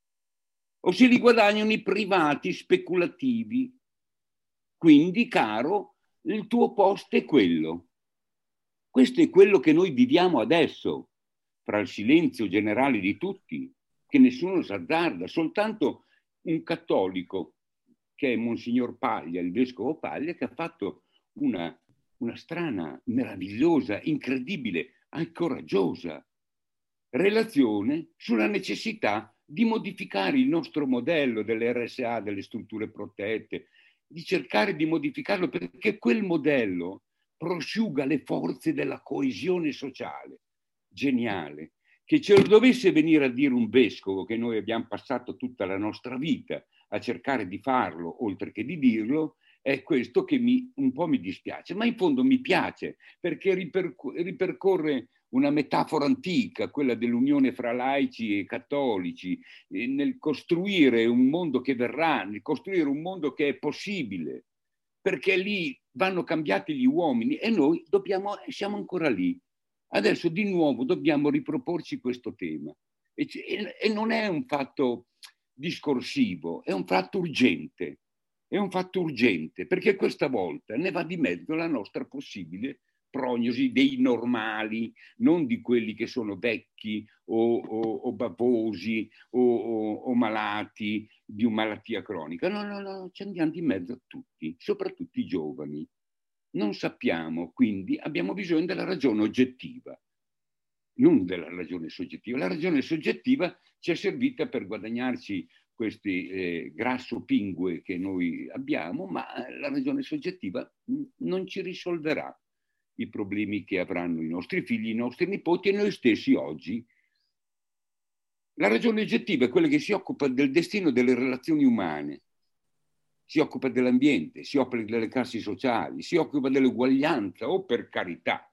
o se li guadagnano i privati speculativi. Quindi, caro, il tuo posto è quello. Questo è quello che noi viviamo adesso, fra il silenzio generale di tutti, che nessuno s'azzarda, soltanto un cattolico, che è Monsignor Paglia, il vescovo Paglia, che ha fatto una, una strana, meravigliosa, incredibile, anche coraggiosa relazione sulla necessità di modificare il nostro modello delle R S A, delle strutture protette, di cercare di modificarlo, perché quel modello prosciuga le forze della coesione sociale. Geniale. Che ce lo dovesse venire a dire un vescovo, che noi abbiamo passato tutta la nostra vita a cercare di farlo, oltre che di dirlo, è questo che mi, un po' mi dispiace, ma in fondo mi piace, perché riperc- ripercorre una metafora antica, quella dell'unione fra laici e cattolici, eh, nel costruire un mondo che verrà, nel costruire un mondo che è possibile, perché lì vanno cambiati gli uomini e noi dobbiamo, siamo ancora lì. Adesso di nuovo dobbiamo riproporci questo tema. E, e non è un fatto discorsivo, è un fatto urgente. è un fatto urgente, perché questa volta ne va di mezzo la nostra possibile prognosi dei normali, non di quelli che sono vecchi o, o, o bavosi o, o, o malati di una malattia cronica. No, no, no, ci andiamo di mezzo a tutti, soprattutto i giovani. Non sappiamo, quindi abbiamo bisogno della ragione oggettiva, non della ragione soggettiva. La ragione soggettiva ci è servita per guadagnarci questi eh, grasso pingue che noi abbiamo, ma la ragione soggettiva non ci risolverà i problemi che avranno i nostri figli, i nostri nipoti e noi stessi oggi. La ragione oggettiva è quella che si occupa del destino delle relazioni umane, si occupa dell'ambiente, si occupa delle classi sociali, si occupa dell'uguaglianza, o oh, per carità.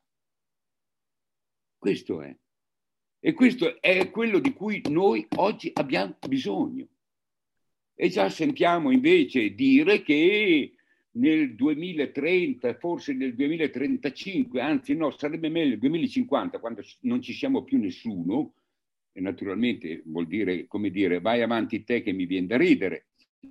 Questo è. E questo è quello di cui noi oggi abbiamo bisogno. E già sentiamo invece dire che nel duemilatrenta, forse nel duemilatrentacinque, anzi no, sarebbe meglio nel duemilacinquanta, quando non ci siamo più nessuno, e naturalmente vuol dire, come dire, vai avanti te che mi viene da ridere,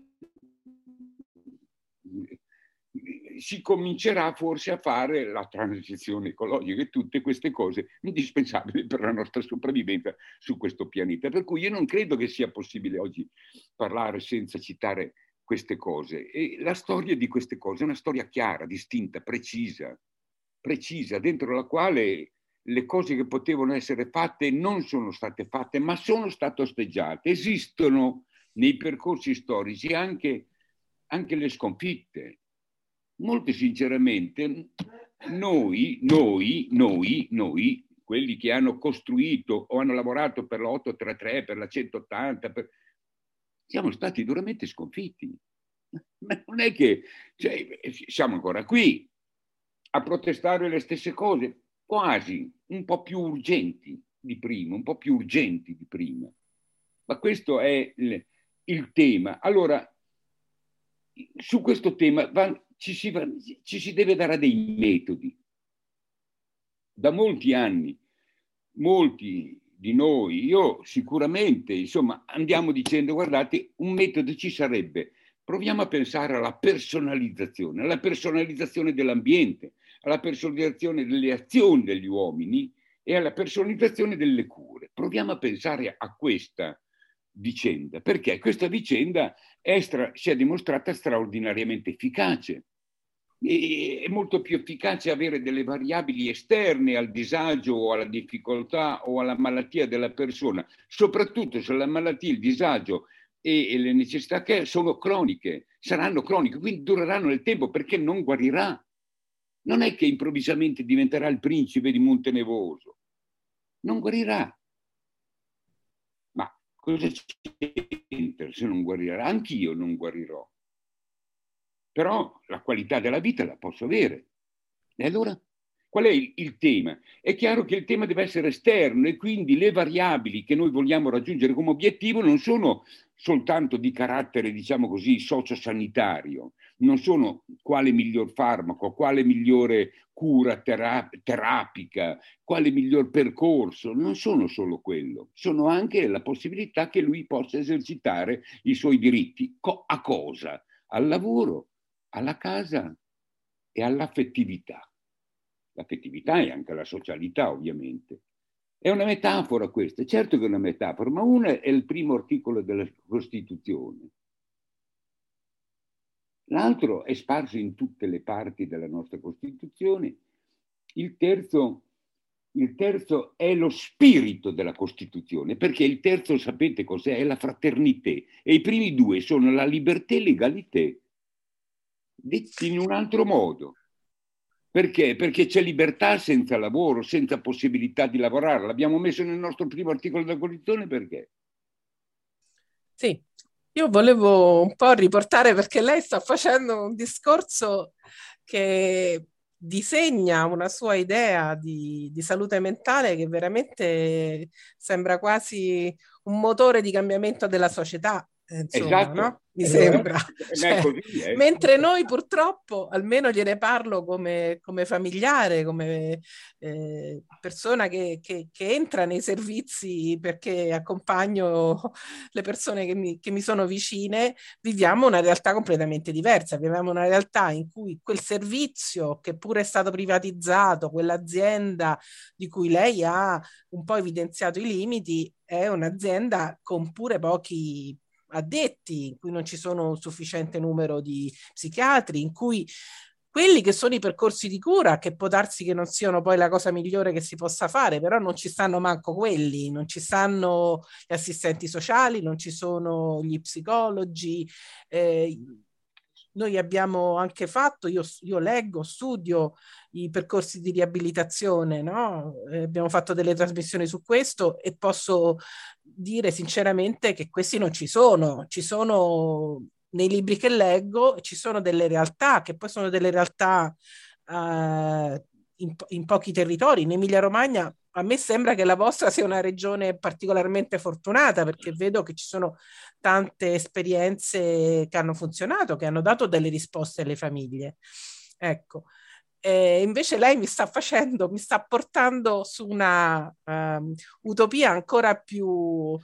si comincerà forse a fare la transizione ecologica e tutte queste cose indispensabili per la nostra sopravvivenza su questo pianeta. Per cui io non credo che sia possibile oggi parlare senza citare queste cose. E la storia di queste cose è una storia chiara, distinta, precisa, precisa, dentro la quale le cose che potevano essere fatte non sono state fatte, ma sono state osteggiate. Esistono nei percorsi storici anche, anche le sconfitte. Molto sinceramente, noi, noi, noi, noi, quelli che hanno costruito o hanno lavorato per la ottocentotrentatré, per la centottanta, per... siamo stati duramente sconfitti. Ma non è che cioè, siamo ancora qui a protestare le stesse cose, quasi un po' più urgenti di prima, un po' più urgenti di prima. Ma questo è il, il tema. Allora, su questo tema va, ci, si va, ci si deve dare dei metodi. Da molti anni, molti di noi, io sicuramente, insomma, andiamo dicendo, guardate, un metodo ci sarebbe. Proviamo a pensare alla personalizzazione, alla personalizzazione dell'ambiente, alla personalizzazione delle azioni degli uomini e alla personalizzazione delle cure. Proviamo a pensare a questa vicenda, perché questa vicenda è stra- si è dimostrata straordinariamente efficace. E è molto più efficace avere delle variabili esterne al disagio o alla difficoltà o alla malattia della persona, soprattutto se la malattia, il disagio e, e le necessità che sono croniche, saranno croniche, quindi dureranno nel tempo perché non guarirà. Non è che improvvisamente diventerà il principe di Montenevoso, non guarirà. Ma cosa c'entra se non guarirà? Anch'io non guarirò. Però la qualità della vita la posso avere. E allora qual è il, il tema? È chiaro che il tema deve essere esterno e quindi le variabili che noi vogliamo raggiungere come obiettivo non sono soltanto di carattere, diciamo così, sociosanitario, non sono quale miglior farmaco, quale migliore cura terap- terapica, quale miglior percorso, non sono solo quello, sono anche la possibilità che lui possa esercitare i suoi diritti. Co- a cosa? Al lavoro, alla casa e all'affettività. L'affettività e anche la socialità, ovviamente. È una metafora questa, certo che è una metafora, ma una è il primo articolo della Costituzione. L'altro è sparso in tutte le parti della nostra Costituzione. Il terzo, il terzo è lo spirito della Costituzione, perché il terzo, sapete cos'è? È la fraternità. E i primi due sono la libertà e l'egalità, detti in un altro modo. Perché? Perché c'è libertà senza lavoro, senza possibilità di lavorare. L'abbiamo messo nel nostro primo articolo della Costituzione perché? Sì, io volevo un po' riportare perché lei sta facendo un discorso che disegna una sua idea di, di salute mentale che veramente sembra quasi un motore di cambiamento della società. eh, insomma, esatto. no? Mi Eh, sembra. eh, Cioè, così, eh. mentre noi purtroppo, almeno gliene parlo come, come familiare, come eh, persona che, che, che entra nei servizi perché accompagno le persone che mi, che mi sono vicine, viviamo una realtà completamente diversa. Viviamo una realtà in cui quel servizio, che pure è stato privatizzato, quell'azienda di cui lei ha un po' evidenziato i limiti, è un'azienda con pure pochi addetti, in cui non ci sono un sufficiente numero di psichiatri, in cui quelli che sono i percorsi di cura, che può darsi che non siano poi la cosa migliore che si possa fare, però non ci stanno manco quelli, non ci stanno gli assistenti sociali, non ci sono gli psicologi. Eh, noi abbiamo anche fatto, io, io leggo, studio i percorsi di riabilitazione, no? Eh, abbiamo fatto delle trasmissioni su questo e posso dire sinceramente che questi non ci sono, ci sono nei libri che leggo, ci sono delle realtà che poi sono delle realtà uh, in, in pochi territori. In Emilia Romagna a me sembra che la vostra sia una regione particolarmente fortunata, perché vedo che ci sono tante esperienze che hanno funzionato, che hanno dato delle risposte alle famiglie. Ecco. E invece lei mi sta facendo, mi sta portando su una um, utopia ancora più, uh,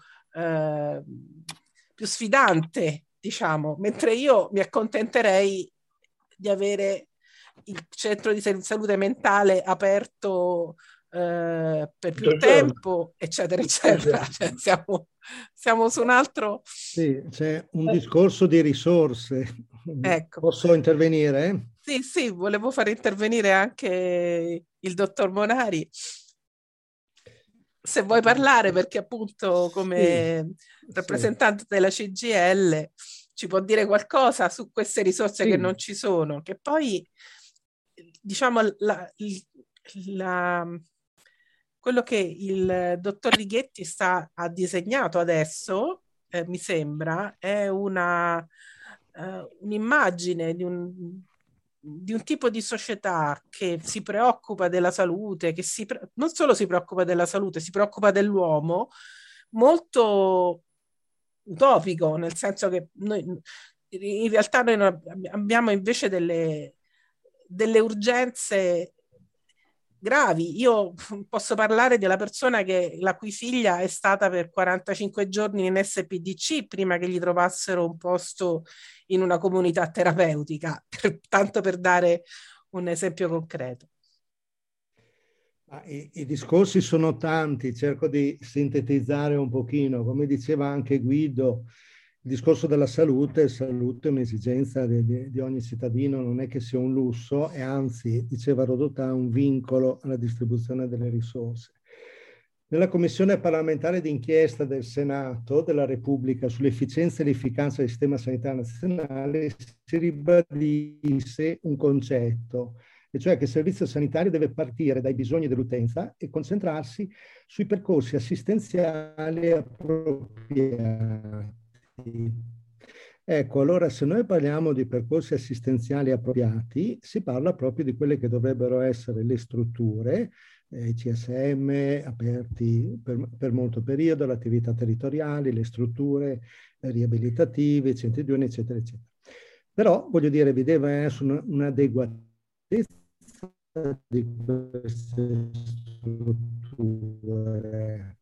più sfidante, diciamo, mentre io mi accontenterei di avere il centro di salute mentale aperto uh, per più tempo, eccetera, eccetera. Cioè, siamo, siamo su un altro... Sì, c'è un discorso di risorse. Ecco. Posso intervenire? Sì, sì, volevo fare intervenire anche il dottor Monari. Se vuoi parlare, perché appunto come sì, rappresentante sì. della C G I L ci può dire qualcosa su queste risorse sì. che non ci sono, che poi diciamo la, la, quello che il dottor Righetti sta, ha disegnato adesso, eh, mi sembra, è una uh, un'immagine di un di un tipo di società che si preoccupa della salute, che si pre- non solo si preoccupa della salute, si preoccupa dell'uomo, molto utopico, nel senso che noi in realtà noi abbiamo invece delle, delle urgenze gravi. Io posso parlare della persona che, la cui figlia è stata per quarantacinque giorni in S P D C prima che gli trovassero un posto in una comunità terapeutica, per, tanto per dare un esempio concreto. I, I discorsi sono tanti, cerco di sintetizzare un pochino. Come diceva anche Guido, il discorso della salute, salute è un'esigenza di, di, di ogni cittadino, non è che sia un lusso, e anzi, diceva Rodotà, un vincolo alla distribuzione delle risorse. Nella Commissione parlamentare d'inchiesta del Senato della Repubblica sull'efficienza e l'efficacia del sistema sanitario nazionale si ribadisse un concetto, e cioè che il servizio sanitario deve partire dai bisogni dell'utenza e concentrarsi sui percorsi assistenziali appropriati. Ecco, allora se noi parliamo di percorsi assistenziali appropriati, si parla proprio di quelle che dovrebbero essere le strutture, eh, i C S M aperti per, per molto periodo, le attività territoriali, le strutture eh, riabilitative, i centri diurni, eccetera, eccetera. Però, voglio dire, vi deve essere un'adeguatezza di queste strutture.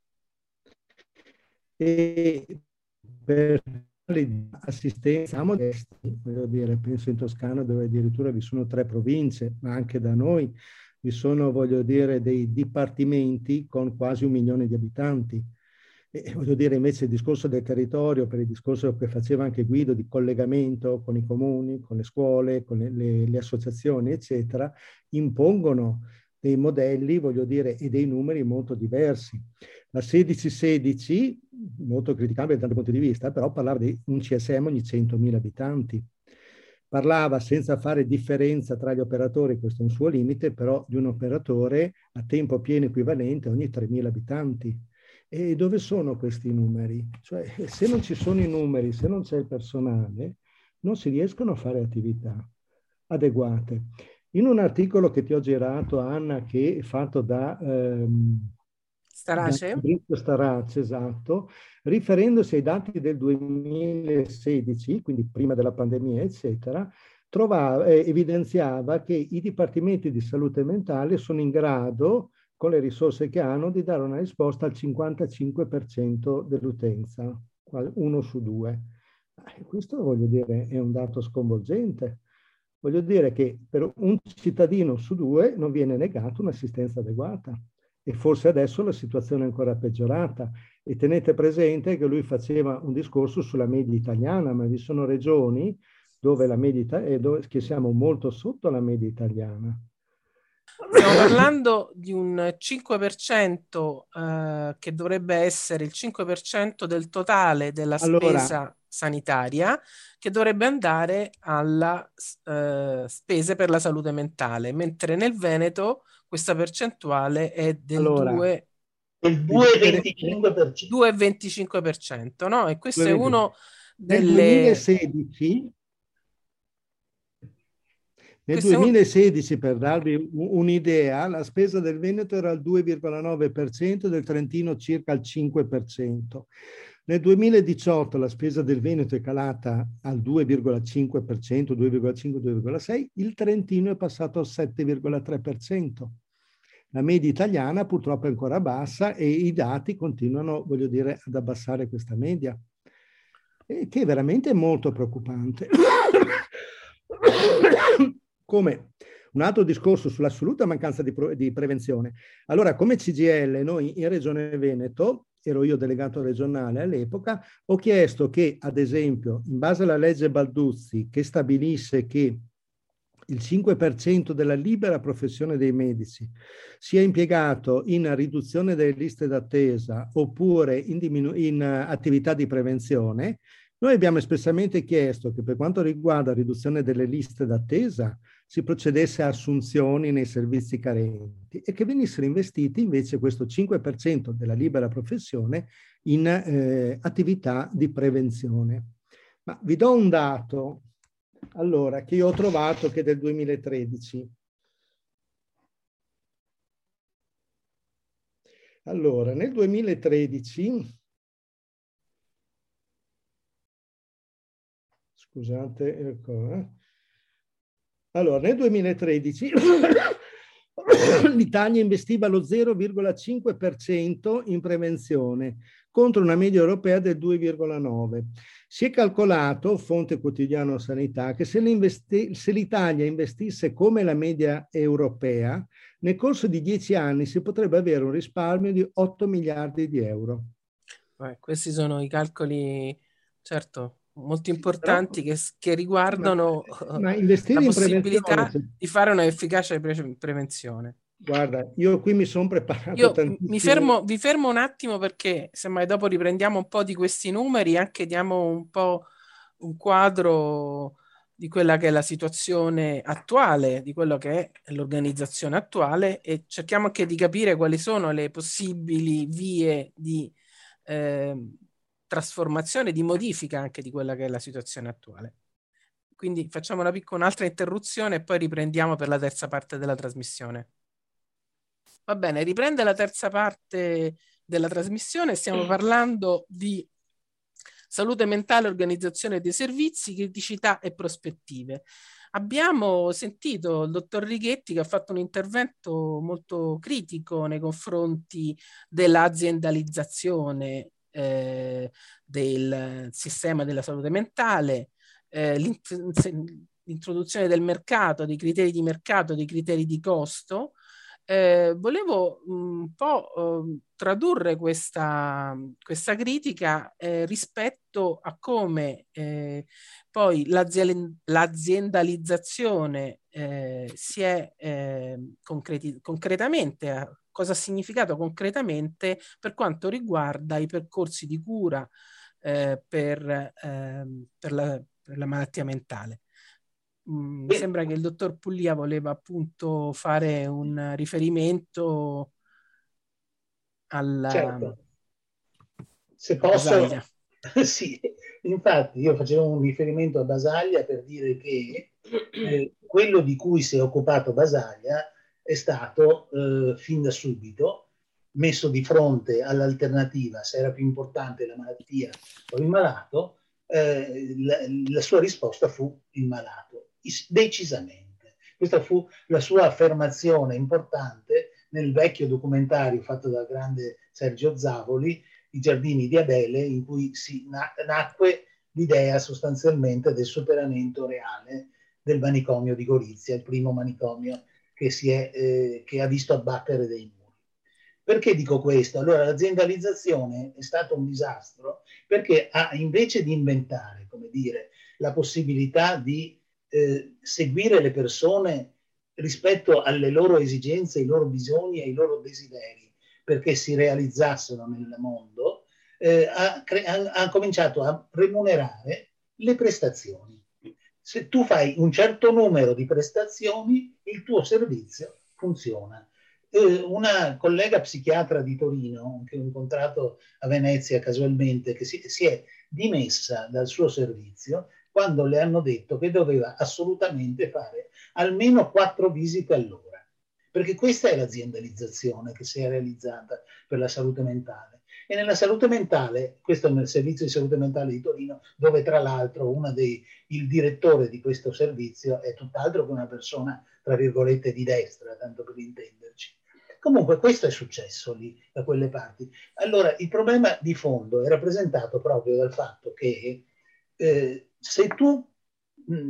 E per assistenza modesti, voglio dire, penso in Toscana dove addirittura vi sono tre province, ma anche da noi vi sono, voglio dire, dei dipartimenti con quasi un milione di abitanti. E voglio dire, invece il discorso del territorio, per il discorso che faceva anche Guido di collegamento con i comuni, con le scuole, con le, le, le associazioni, eccetera, impongono dei modelli, voglio dire, e dei numeri molto diversi. La sedici sedici, molto criticabile da tanti punti di vista, però parlava di un C S M ogni centomila abitanti. Parlava, senza fare differenza tra gli operatori, questo è un suo limite, però di un operatore a tempo pieno equivalente ogni tremila abitanti. E dove sono questi numeri? Cioè, se non ci sono i numeri, se non c'è il personale, non si riescono a fare attività adeguate. In un articolo che ti ho girato, Anna, che è fatto da... Ehm, Starace? Fabrizio Starace, esatto, riferendosi ai dati del duemilasedici, quindi prima della pandemia, eccetera, trovava, eh, evidenziava che i dipartimenti di salute mentale sono in grado, con le risorse che hanno, di dare una risposta al cinquantacinque per cento dell'utenza, uno su due. Eh, questo, voglio dire, è un dato sconvolgente. Voglio dire che per un cittadino su due non viene negata un'assistenza adeguata. E forse adesso la situazione è ancora peggiorata. E tenete presente che lui faceva un discorso sulla media italiana, ma vi sono regioni dove la media è dove, che siamo molto sotto la media italiana. Stiamo parlando di un cinque per cento eh, che dovrebbe essere il cinque per cento del totale della allora, spesa sanitaria, che dovrebbe andare alla eh, spese per la salute mentale, mentre nel Veneto questa percentuale è del allora, due virgola venticinque per cento, no? E questo è nel uno delle... duemilasedici, nel duemilasedici, per darvi un'idea, la spesa del Veneto era al due virgola nove per cento, del Trentino circa al cinque per cento. Nel duemiladiciotto la spesa del Veneto è calata al due virgola cinque per cento, due virgola cinque due virgola sei, il Trentino è passato al sette virgola tre per cento. La media italiana purtroppo è ancora bassa e i dati continuano, voglio dire, ad abbassare questa media, e che è veramente molto preoccupante. Come un altro discorso sull'assoluta mancanza di, di prevenzione. Allora, come C G I L, noi in Regione Veneto, ero io delegato regionale all'epoca, ho chiesto che, ad esempio, in base alla legge Balduzzi, che stabilisse che il cinque per cento della libera professione dei medici sia impiegato in riduzione delle liste d'attesa oppure in, in attività di prevenzione, noi abbiamo espressamente chiesto che per quanto riguarda la riduzione delle liste d'attesa si procedesse a assunzioni nei servizi carenti e che venissero investiti invece questo cinque per cento della libera professione in eh, attività di prevenzione. Ma vi do un dato, allora, che io ho trovato, che è del duemilatredici. Allora, nel duemilatredici... Scusate, ecco, eh. Allora, nel duemilatredici l'Italia investiva lo zero virgola cinque per cento in prevenzione contro una media europea del due virgola nove per cento. Si è calcolato, fonte Quotidiano Sanità, che se l'Italia investisse come la media europea, nel corso di dieci anni si potrebbe avere un risparmio di otto miliardi di euro. Eh, questi sono i calcoli, certo, molto importanti, però, che, che riguardano ma, ma investire la in possibilità prevenzione, di fare una efficace pre- prevenzione. Guarda, io qui mi sono preparato io tantissimo. Mi fermo, vi fermo un attimo, perché semmai dopo riprendiamo un po' di questi numeri, anche diamo un po' un quadro di quella che è la situazione attuale, di quello che è l'organizzazione attuale, e cerchiamo anche di capire quali sono le possibili vie di eh, trasformazione, di modifica anche di quella che è la situazione attuale. Quindi facciamo una piccola un'altra interruzione e poi riprendiamo per la terza parte della trasmissione. Va bene, riprende la terza parte della trasmissione. Stiamo parlando di salute mentale, organizzazione dei servizi, criticità e prospettive. Abbiamo sentito il dottor Righetti, che ha fatto un intervento molto critico nei confronti dell'aziendalizzazione eh, del sistema della salute mentale, eh, l'introduzione del mercato, dei criteri di mercato, dei criteri di costo. Eh, volevo un po' eh, tradurre questa, questa critica eh, rispetto a come eh, poi l'aziend- l'aziendalizzazione eh, si è eh, concreti- concretamente, eh, cosa ha significato concretamente per quanto riguarda i percorsi di cura eh, per, eh, per, la, per la malattia mentale. Mi sembra che il dottor Puglia voleva appunto fare un riferimento alla certo. Se posso, sì, infatti io facevo un riferimento a Basaglia per dire che eh, quello di cui si è occupato Basaglia è stato eh, fin da subito messo di fronte all'alternativa, se era più importante la malattia o il malato, eh, la, la sua risposta fu il malato, decisamente. Questa fu la sua affermazione importante nel vecchio documentario fatto dal grande Sergio Zavoli, I giardini di Adele, in cui si nacque l'idea sostanzialmente del superamento reale del manicomio di Gorizia, il primo manicomio che, si è, eh, che ha visto abbattere dei muri. Perché dico questo? Allora, l'aziendalizzazione è stato un disastro perché ha, invece di inventare, come dire, la possibilità di eh, seguire le persone rispetto alle loro esigenze, ai loro bisogni e ai loro desideri, perché si realizzassero nel mondo, eh, ha, ha, ha cominciato a remunerare le prestazioni. Se tu fai un certo numero di prestazioni, il tuo servizio funziona. Eh, una collega psichiatra di Torino, che ho incontrato a Venezia casualmente, che si, si è dimessa dal suo servizio quando le hanno detto che doveva assolutamente fare almeno quattro visite all'ora, perché questa è l'aziendalizzazione che si è realizzata per la salute mentale. E nella salute mentale, questo è nel servizio di salute mentale di Torino, dove tra l'altro uno dei, il direttore di questo servizio è tutt'altro che una persona, tra virgolette, di destra, tanto per intenderci. Comunque questo è successo lì, da quelle parti. Allora, il problema di fondo è rappresentato proprio dal fatto che eh, se tu mh,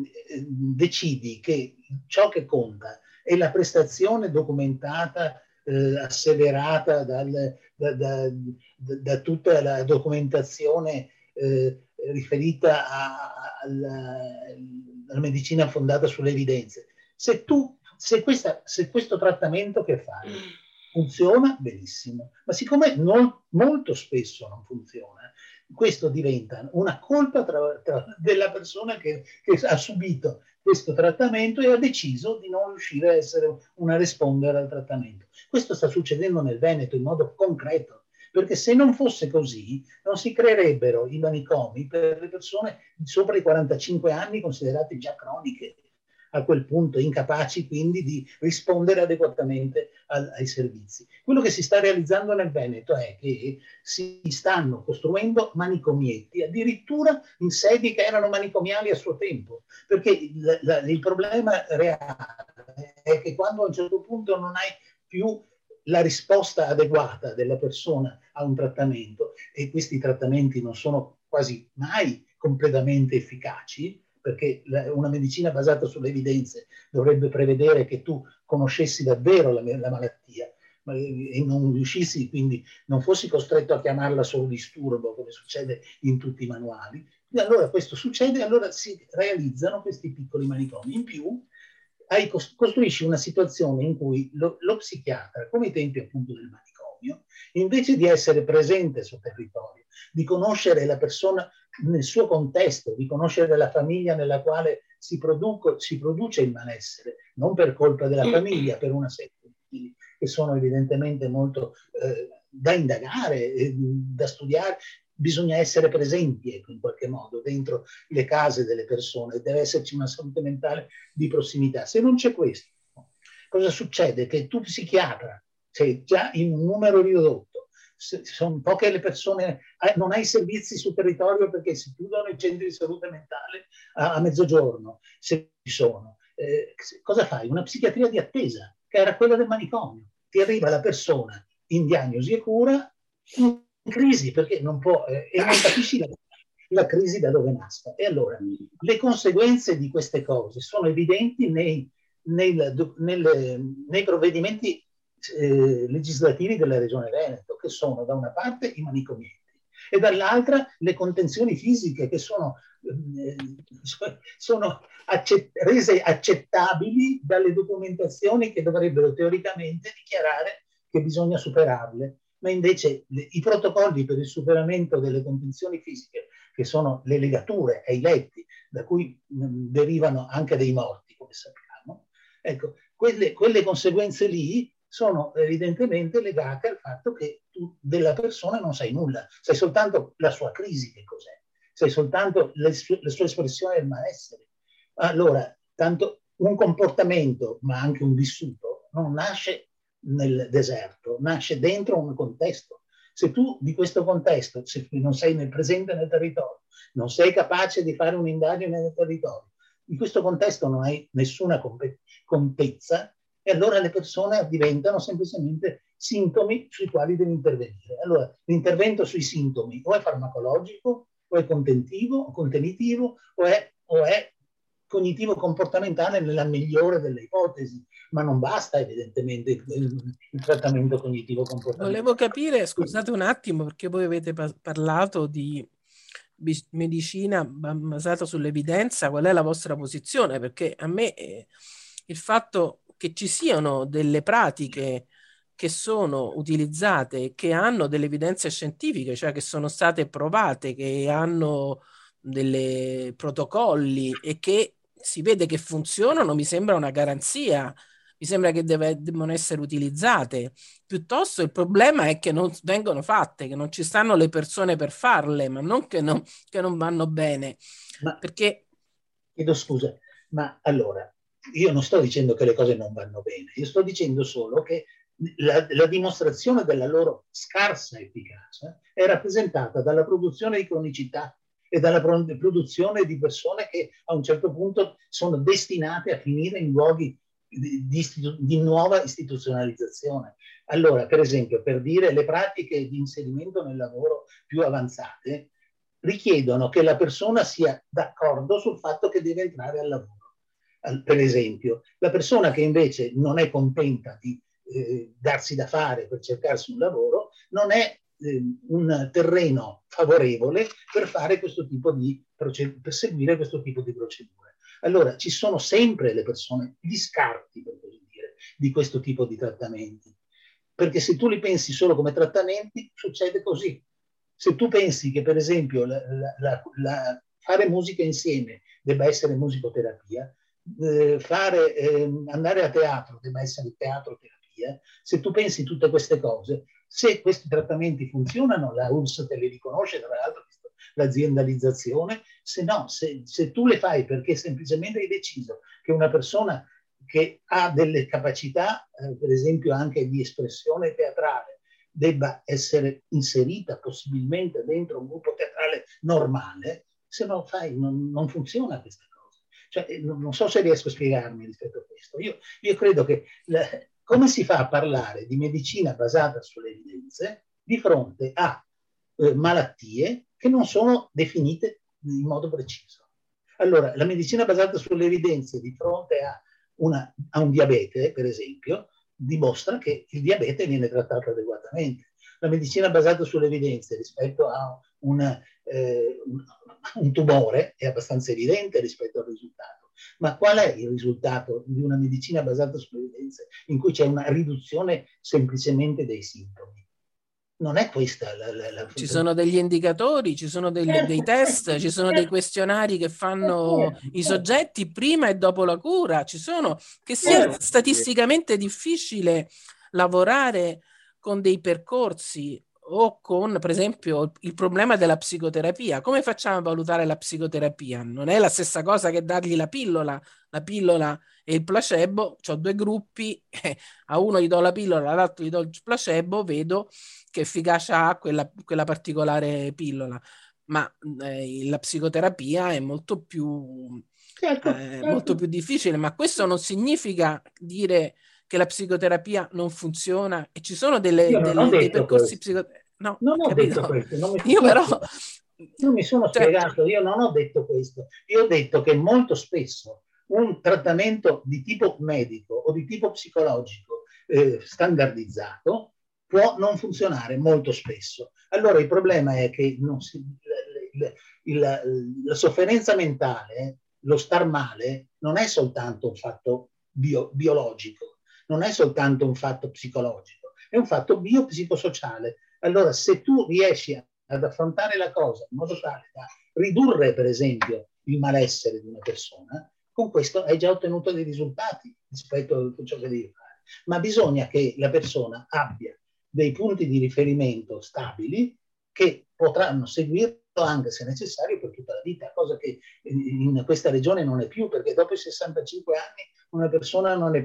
decidi che ciò che conta è la prestazione documentata, eh, asseverata dal, da, da, da, da tutta la documentazione eh, riferita a, a, alla, alla medicina fondata sulle evidenze, se tu se, questa, se questo trattamento che fai funziona, benissimo, ma siccome non, molto spesso non funziona, questo diventa una colpa tra, tra, della persona che, che ha subito questo trattamento e ha deciso di non riuscire a essere una rispondere al trattamento. Questo sta succedendo nel Veneto in modo concreto, perché se non fosse così non si creerebbero i manicomi per le persone sopra i quarantacinque anni considerate già croniche, a quel punto incapaci quindi di rispondere adeguatamente al, ai servizi. Quello che si sta realizzando nel Veneto è che si stanno costruendo manicomietti, addirittura in sedi che erano manicomiali a suo tempo, perché il, la, il problema reale è che quando a un certo punto non hai più la risposta adeguata della persona a un trattamento, e questi trattamenti non sono quasi mai completamente efficaci, perché una medicina basata sulle evidenze dovrebbe prevedere che tu conoscessi davvero la, la malattia e non riuscissi, quindi non fossi costretto a chiamarla solo disturbo, come succede in tutti i manuali. E allora questo succede e allora si realizzano questi piccoli manicomi. In più hai, costruisci una situazione in cui lo, lo psichiatra, come ai tempi appunto del manicomio, invece di essere presente sul territorio, di conoscere la persona nel suo contesto, di conoscere la famiglia nella quale si, produco, si produce il malessere, non per colpa della famiglia, per una serie di motivi che sono evidentemente molto eh, da indagare, eh, da studiare. Bisogna essere presenti, ecco, in qualche modo dentro le case delle persone, deve esserci una salute mentale di prossimità. Se non c'è questo, cosa succede? Che tu psichiatra sei già in un numero ridotto, sono poche le persone, non hai servizi sul territorio perché si chiudono i centri di salute mentale a, a mezzogiorno, se ci sono. Eh, cosa fai? Una psichiatria di attesa, che era quella del manicomio. Ti arriva la persona in diagnosi e cura in crisi, perché non può, eh, e non capisci la, la crisi da dove nasca. E allora, le conseguenze di queste cose sono evidenti nei, nei, nel, nei provvedimenti Eh, legislativi della Regione Veneto, che sono da una parte i manicomietti e dall'altra le contenzioni fisiche che sono, eh, sono accett- rese accettabili dalle documentazioni che dovrebbero teoricamente dichiarare che bisogna superarle, ma invece le, i protocolli per il superamento delle contenzioni fisiche, che sono le legature ai letti, da cui mh, derivano anche dei morti, come sappiamo, ecco, quelle, quelle conseguenze lì sono evidentemente legate al fatto che tu della persona non sai nulla, sai soltanto la sua crisi, che cos'è, sai soltanto le sue, la sua espressione del malessere. Allora, tanto un comportamento, ma anche un vissuto, non nasce nel deserto, nasce dentro un contesto. Se tu di questo contesto, se non sei nel presente nel territorio, non sei capace di fare un'indagine nel territorio, in questo contesto non hai nessuna contezza, e allora le persone diventano semplicemente sintomi sui quali devi intervenire. Allora, l'intervento sui sintomi o è farmacologico, o è contentivo, o contenitivo, o è, o è cognitivo-comportamentale nella migliore delle ipotesi, ma non basta evidentemente il, il trattamento cognitivo-comportamentale. Volevo capire, scusate un attimo, perché voi avete pa- parlato di medicina basata sull'evidenza, qual è la vostra posizione? Perché a me eh, il fatto che ci siano delle pratiche che sono utilizzate, che hanno delle evidenze scientifiche, cioè che sono state provate, che hanno dei protocolli e che si vede che funzionano, mi sembra una garanzia. Mi sembra che deve, devono essere utilizzate. Piuttosto il problema è che non vengono fatte, che non ci stanno le persone per farle, ma non che non, che non vanno bene. Ma, perché... Chiedo scusa, ma allora, io non sto dicendo che le cose non vanno bene, io sto dicendo solo che la, la dimostrazione della loro scarsa efficacia è rappresentata dalla produzione di cronicità e dalla produzione di persone che a un certo punto sono destinate a finire in luoghi Di, di, di nuova istituzionalizzazione. Allora, per esempio, per dire, le pratiche di inserimento nel lavoro più avanzate richiedono che la persona sia d'accordo sul fatto che deve entrare al lavoro. Per esempio, la persona che invece non è contenta di eh, darsi da fare per cercarsi un lavoro non è eh, un terreno favorevole per fare questo tipo di proced- per seguire questo tipo di procedure. Allora, ci sono sempre le persone, gli scarti, per così dire, di questo tipo di trattamenti. Perché se tu li pensi solo come trattamenti, succede così. Se tu pensi che, per esempio, la, la, la, la, fare musica insieme debba essere musicoterapia, eh, fare, eh, andare a teatro debba essere teatro-terapia, se tu pensi tutte queste cose, se questi trattamenti funzionano, la U L S te li riconosce, tra l'altro, l'aziendalizzazione, se no, se, se tu le fai perché semplicemente hai deciso che una persona che ha delle capacità, eh, per esempio anche di espressione teatrale, debba essere inserita possibilmente dentro un gruppo teatrale normale, se non lo fai non, non funziona questa cosa. Cioè, non, non so se riesco a spiegarmi rispetto a questo. Io, io credo che la, come si fa a parlare di medicina basata sulle evidenze di fronte a eh, malattie che non sono definite in modo preciso. Allora, la medicina basata sulle evidenze di fronte a, una, a un diabete, per esempio, dimostra che il diabete viene trattato adeguatamente. La medicina basata sulle evidenze rispetto a una, eh, un, un tumore è abbastanza evidente rispetto al risultato. Ma qual è il risultato di una medicina basata sulle evidenze in cui c'è una riduzione semplicemente dei sintomi? Non è questa la, la, la... Ci sono degli indicatori, ci sono dei, dei test, ci sono dei questionari che fanno i soggetti prima e dopo la cura. Ci sono, che sia statisticamente difficile lavorare con dei percorsi o con, per esempio, il problema della psicoterapia. Come facciamo a valutare la psicoterapia? Non è la stessa cosa che dargli la pillola. La pillola e il placebo, ho due gruppi, eh, a uno gli do la pillola, all'altro gli do il placebo, vedo che efficacia ha quella, quella particolare pillola. Ma eh, la psicoterapia è molto più, certo, eh, certo. molto più difficile, ma questo non significa dire che la psicoterapia non funziona e ci sono delle, delle, dei percorsi psicoterapici. No, non ho capito? detto questo. Non mi io però... Non mi sono cioè... spiegato, io non ho detto questo. Io ho detto che molto spesso un trattamento di tipo medico o di tipo psicologico eh, standardizzato può non funzionare molto spesso. Allora il problema è che non si, la, la, la sofferenza mentale, lo star male, non è soltanto un fatto bio, biologico, non è soltanto un fatto psicologico, è un fatto biopsicosociale. Allora se tu riesci a ad affrontare la cosa in modo tale da ridurre, per esempio, il malessere di una persona, con questo hai già ottenuto dei risultati rispetto a ciò che devi fare. Ma bisogna che la persona abbia dei punti di riferimento stabili che potranno seguirlo anche se necessario per tutta la vita, cosa che in questa regione non è più, perché dopo i sessantacinque anni una persona non è più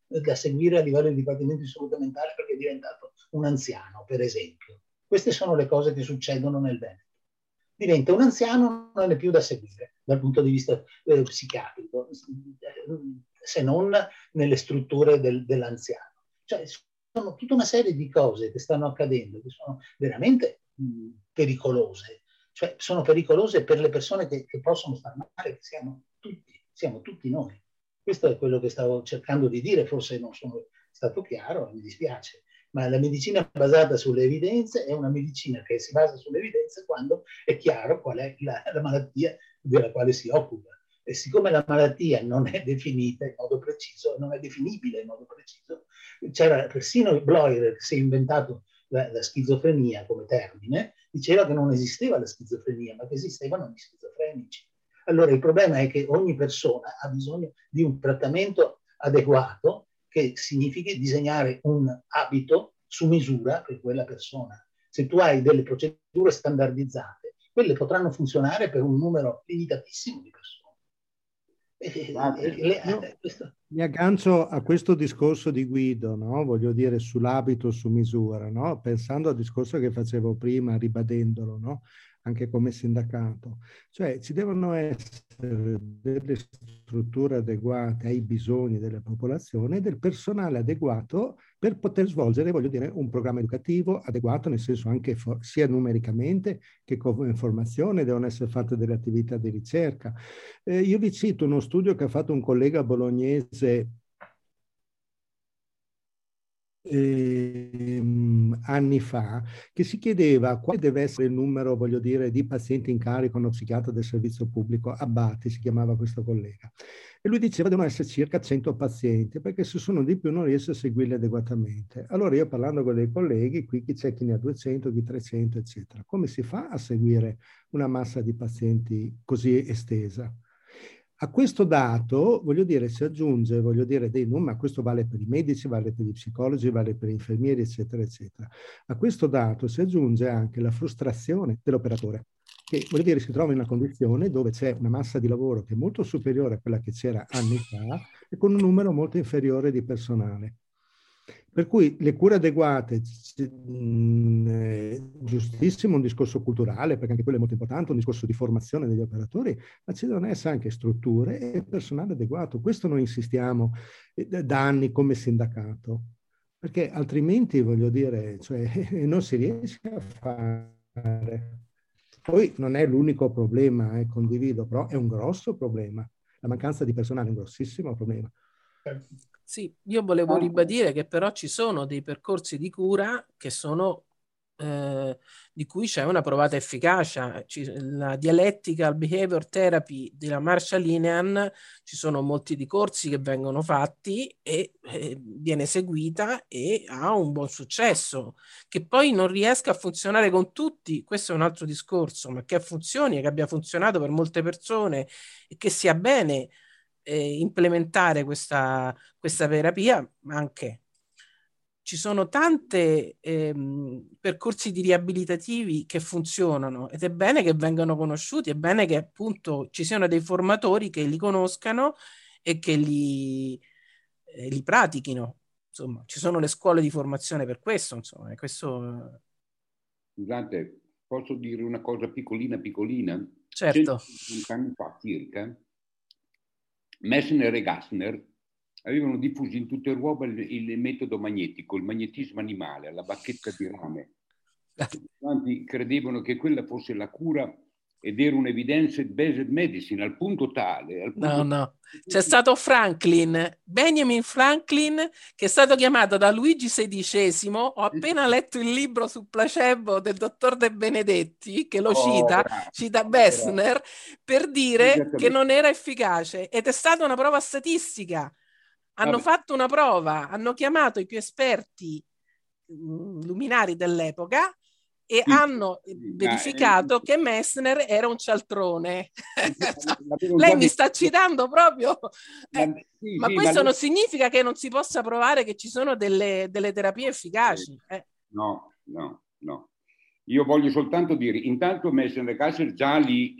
da seguire a livello di dipartimento di salute mentale perché è diventato un anziano, per esempio. Queste sono le cose che succedono nel Veneto. Diventa un anziano, non è più da seguire dal punto di vista eh, psichiatrico, se non nelle strutture del, dell'anziano. Cioè, sono tutta una serie di cose che stanno accadendo, che sono veramente mh, pericolose. Cioè, sono pericolose per le persone che, che possono star male, che siamo tutti, siamo tutti noi. Questo è quello che stavo cercando di dire, forse non sono stato chiaro, mi dispiace. Ma la medicina basata sulle evidenze è una medicina che si basa sulle evidenze quando è chiaro qual è la, la malattia della quale si occupa. E siccome la malattia non è definita in modo preciso, non è definibile in modo preciso, c'era persino Bloyer che si è inventato la, la schizofrenia come termine, diceva che non esisteva la schizofrenia, ma che esistevano gli schizofrenici. Allora il problema è che ogni persona ha bisogno di un trattamento adeguato, che significa disegnare un abito su misura per quella persona. Se tu hai delle procedure standardizzate, quelle potranno funzionare per un numero limitatissimo di persone. Guarda, io mi aggancio a questo discorso di Guido, no? Voglio dire, sull'abito su misura, no? Pensando al discorso che facevo prima, ribadendolo, no? Anche come sindacato. Cioè ci devono essere delle strutture adeguate ai bisogni della popolazione e del personale adeguato per poter svolgere, voglio dire, un programma educativo adeguato, nel senso anche sia numericamente che come informazione, devono essere fatte delle attività di ricerca. Eh, io vi cito uno studio che ha fatto un collega bolognese Eh, anni fa, che si chiedeva quale deve essere il numero, voglio dire, di pazienti in carico a uno psichiatra del servizio pubblico. Abbati si chiamava questo collega, e lui diceva devono essere circa cento pazienti, perché se sono di più non riesce a seguirli adeguatamente. Allora io, parlando con dei colleghi, qui chi c'è chi ne ha duecento, chi trecento, eccetera, come si fa a seguire una massa di pazienti così estesa? A questo dato, voglio dire, si aggiunge, voglio dire, dei numeri, ma questo vale per i medici, vale per i psicologi, vale per gli infermieri, eccetera, eccetera. A questo dato si aggiunge anche la frustrazione dell'operatore, che, voglio dire, si trova in una condizione dove c'è una massa di lavoro che è molto superiore a quella che c'era anni fa e con un numero molto inferiore di personale. Per cui le cure adeguate, mh, giustissimo un discorso culturale, perché anche quello è molto importante, un discorso di formazione degli operatori, ma ci devono essere anche strutture e personale adeguato. Questo noi insistiamo da anni come sindacato, perché altrimenti, voglio dire, cioè, non si riesce a fare. Poi non è l'unico problema, eh, condivido, però è un grosso problema. La mancanza di personale è un grossissimo problema. Sì, io volevo ribadire che però ci sono dei percorsi di cura che sono eh, di cui c'è una provata efficacia. Ci, la dialectical behavior therapy della Marshall Linehan, ci sono molti di corsi che vengono fatti e eh, viene seguita e ha un buon successo. Che poi non riesca a funzionare con tutti, questo è un altro discorso, ma che funzioni e che abbia funzionato per molte persone e che sia bene Eh, implementare questa, questa terapia, ma anche ci sono tante ehm, percorsi di riabilitativi che funzionano ed è bene che vengano conosciuti, è bene che appunto ci siano dei formatori che li conoscano e che li, eh, li pratichino. Insomma, ci sono le scuole di formazione per questo, insomma, e questo... Scusate, posso dire una cosa piccolina piccolina? Certo. centocinquanta anni fa circa, Messner e Gassner avevano diffuso in tutta Europa il, il metodo magnetico, il magnetismo animale, la bacchetta di rame. Tanti credevano che quella fosse la cura ed era un'evidence based medicine al punto tale. Al punto no, no. C'è stato Franklin, Benjamin Franklin, che è stato chiamato da Luigi sedicesimo. Ho appena letto il libro su placebo del dottor De Benedetti, che lo oh, cita, bravo, cita Messner, per dire che non era efficace. Ed è stata una prova statistica. Hanno Vabbè. fatto una prova, hanno chiamato i più esperti mh, luminari dell'epoca e sì, hanno sì, verificato eh, che Messner era un cialtrone. Lei mi sta citando proprio, eh, sì, ma sì, questo ma non lei... significa che non si possa provare che ci sono delle, delle terapie efficaci. Eh. No, no, no. Io voglio soltanto dire, intanto Messner e Gassner già li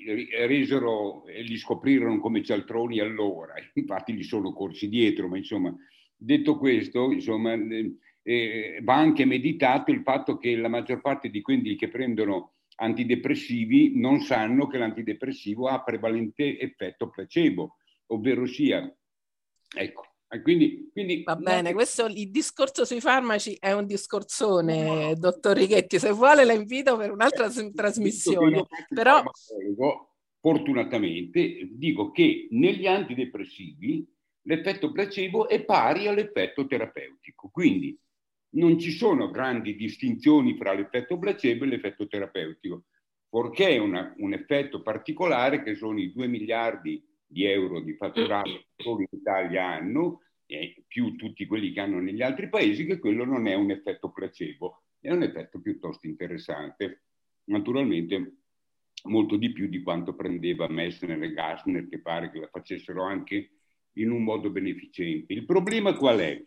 resero, li scoprirono come cialtroni allora, infatti gli sono corsi dietro, ma insomma, detto questo, insomma, eh, va anche meditato il fatto che la maggior parte di quelli che prendono antidepressivi non sanno che l'antidepressivo ha prevalente effetto placebo, ovvero sia, ecco, quindi, quindi va bene, è... questo il discorso sui farmaci è un discorsone, no, dottor Righetti, se vuole la invito per un'altra eh, trasmissione. Io però fortunatamente dico che negli antidepressivi l'effetto placebo è pari all'effetto terapeutico, quindi non ci sono grandi distinzioni fra l'effetto placebo e l'effetto terapeutico, perché è una, un effetto particolare che sono i due miliardi di euro di fatturato che solo in Italia hanno, e più tutti quelli che hanno negli altri paesi, che quello non è un effetto placebo, è un effetto piuttosto interessante. Naturalmente molto di più di quanto prendeva Messner e Gassner, che pare che la facessero anche in un modo beneficente. Il problema qual è?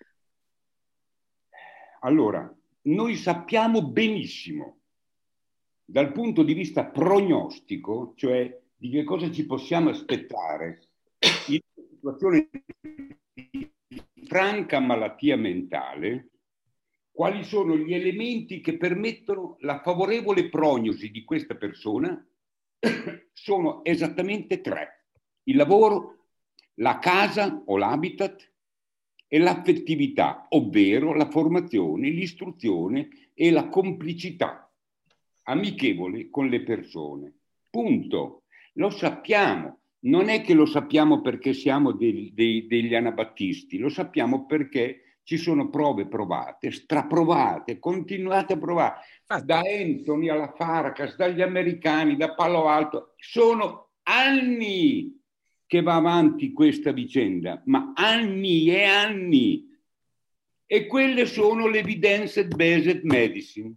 Allora, noi sappiamo benissimo, dal punto di vista prognostico, cioè di che cosa ci possiamo aspettare in una situazione di franca malattia mentale, quali sono gli elementi che permettono la favorevole prognosi di questa persona. Sono esattamente tre: il lavoro, la casa o l'habitat e l'affettività, ovvero la formazione, l'istruzione e la complicità amichevole con le persone. Punto. Lo sappiamo. Non è che lo sappiamo perché siamo dei, dei, degli anabattisti, lo sappiamo perché ci sono prove provate, straprovate, continuate a provare. Da Anthony alla Farkas, dagli americani, da Palo Alto. Sono anni che va avanti questa vicenda, ma anni e anni. E quelle sono le evidence-based medicine.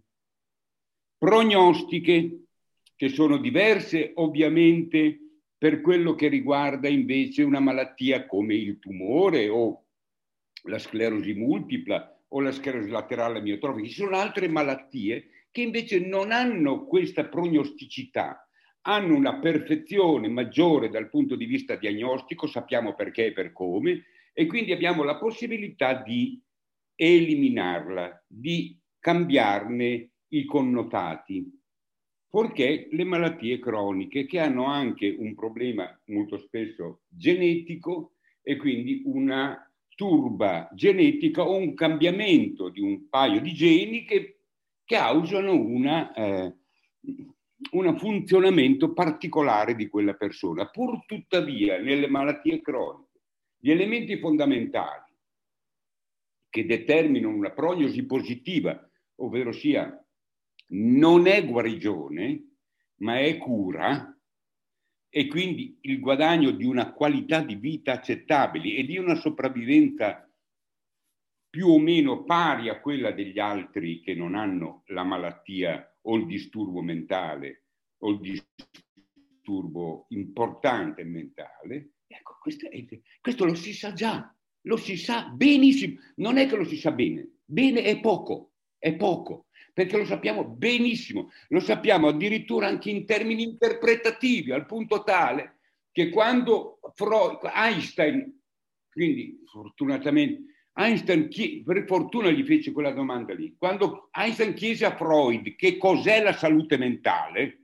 Prognostiche, che sono diverse ovviamente per quello che riguarda invece una malattia come il tumore o la sclerosi multipla o la sclerosi laterale amiotrofica. Ci sono altre malattie che invece non hanno questa prognosticità, hanno una perfezione maggiore dal punto di vista diagnostico, sappiamo perché e per come, e quindi abbiamo la possibilità di eliminarla, di cambiarne i connotati, perché le malattie croniche, che hanno anche un problema molto spesso genetico e quindi una turba genetica o un cambiamento di un paio di geni che causano una, eh, un funzionamento particolare di quella persona. Pur tuttavia, nelle malattie croniche, gli elementi fondamentali che determinano una prognosi positiva, ovvero sia non è guarigione, ma è cura, e quindi il guadagno di una qualità di vita accettabile e di una sopravvivenza più o meno pari a quella degli altri che non hanno la malattia o il disturbo mentale o il disturbo importante mentale. Ecco, questo, è, questo lo si sa già, lo si sa benissimo. Non è che lo si sa bene, bene è poco, è poco, perché lo sappiamo benissimo, lo sappiamo addirittura anche in termini interpretativi, al punto tale che quando Freud, Einstein, quindi fortunatamente, Einstein, per fortuna gli fece quella domanda lì, quando Einstein chiese a Freud che cos'è la salute mentale,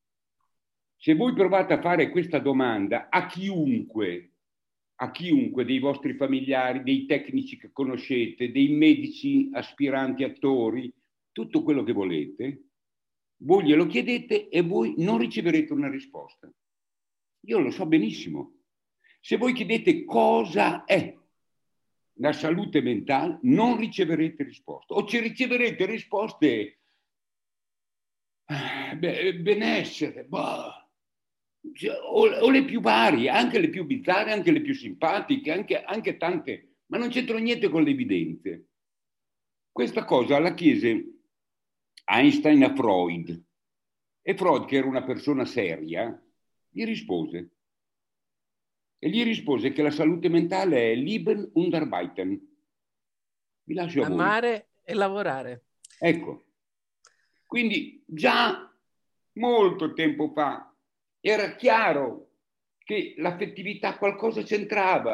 se voi provate a fare questa domanda a chiunque, a chiunque dei vostri familiari, dei tecnici che conoscete, dei medici aspiranti attori, tutto quello che volete, voi glielo chiedete e voi non riceverete una risposta. Io lo so benissimo. Se voi chiedete cosa è la salute mentale, non riceverete risposte. O ci riceverete risposte eh, benessere, bah, o, o le più varie, anche le più bizzarre, anche le più simpatiche, anche, anche tante, ma non c'entra niente con le evidenze. Questa cosa la chiese Einstein a Freud, e Freud, che era una persona seria, gli rispose. E gli rispose che la salute mentale è Leben und Arbeiten. Vi lascio a voi. Amare e lavorare. Ecco. Quindi già molto tempo fa era chiaro che l'affettività qualcosa c'entrava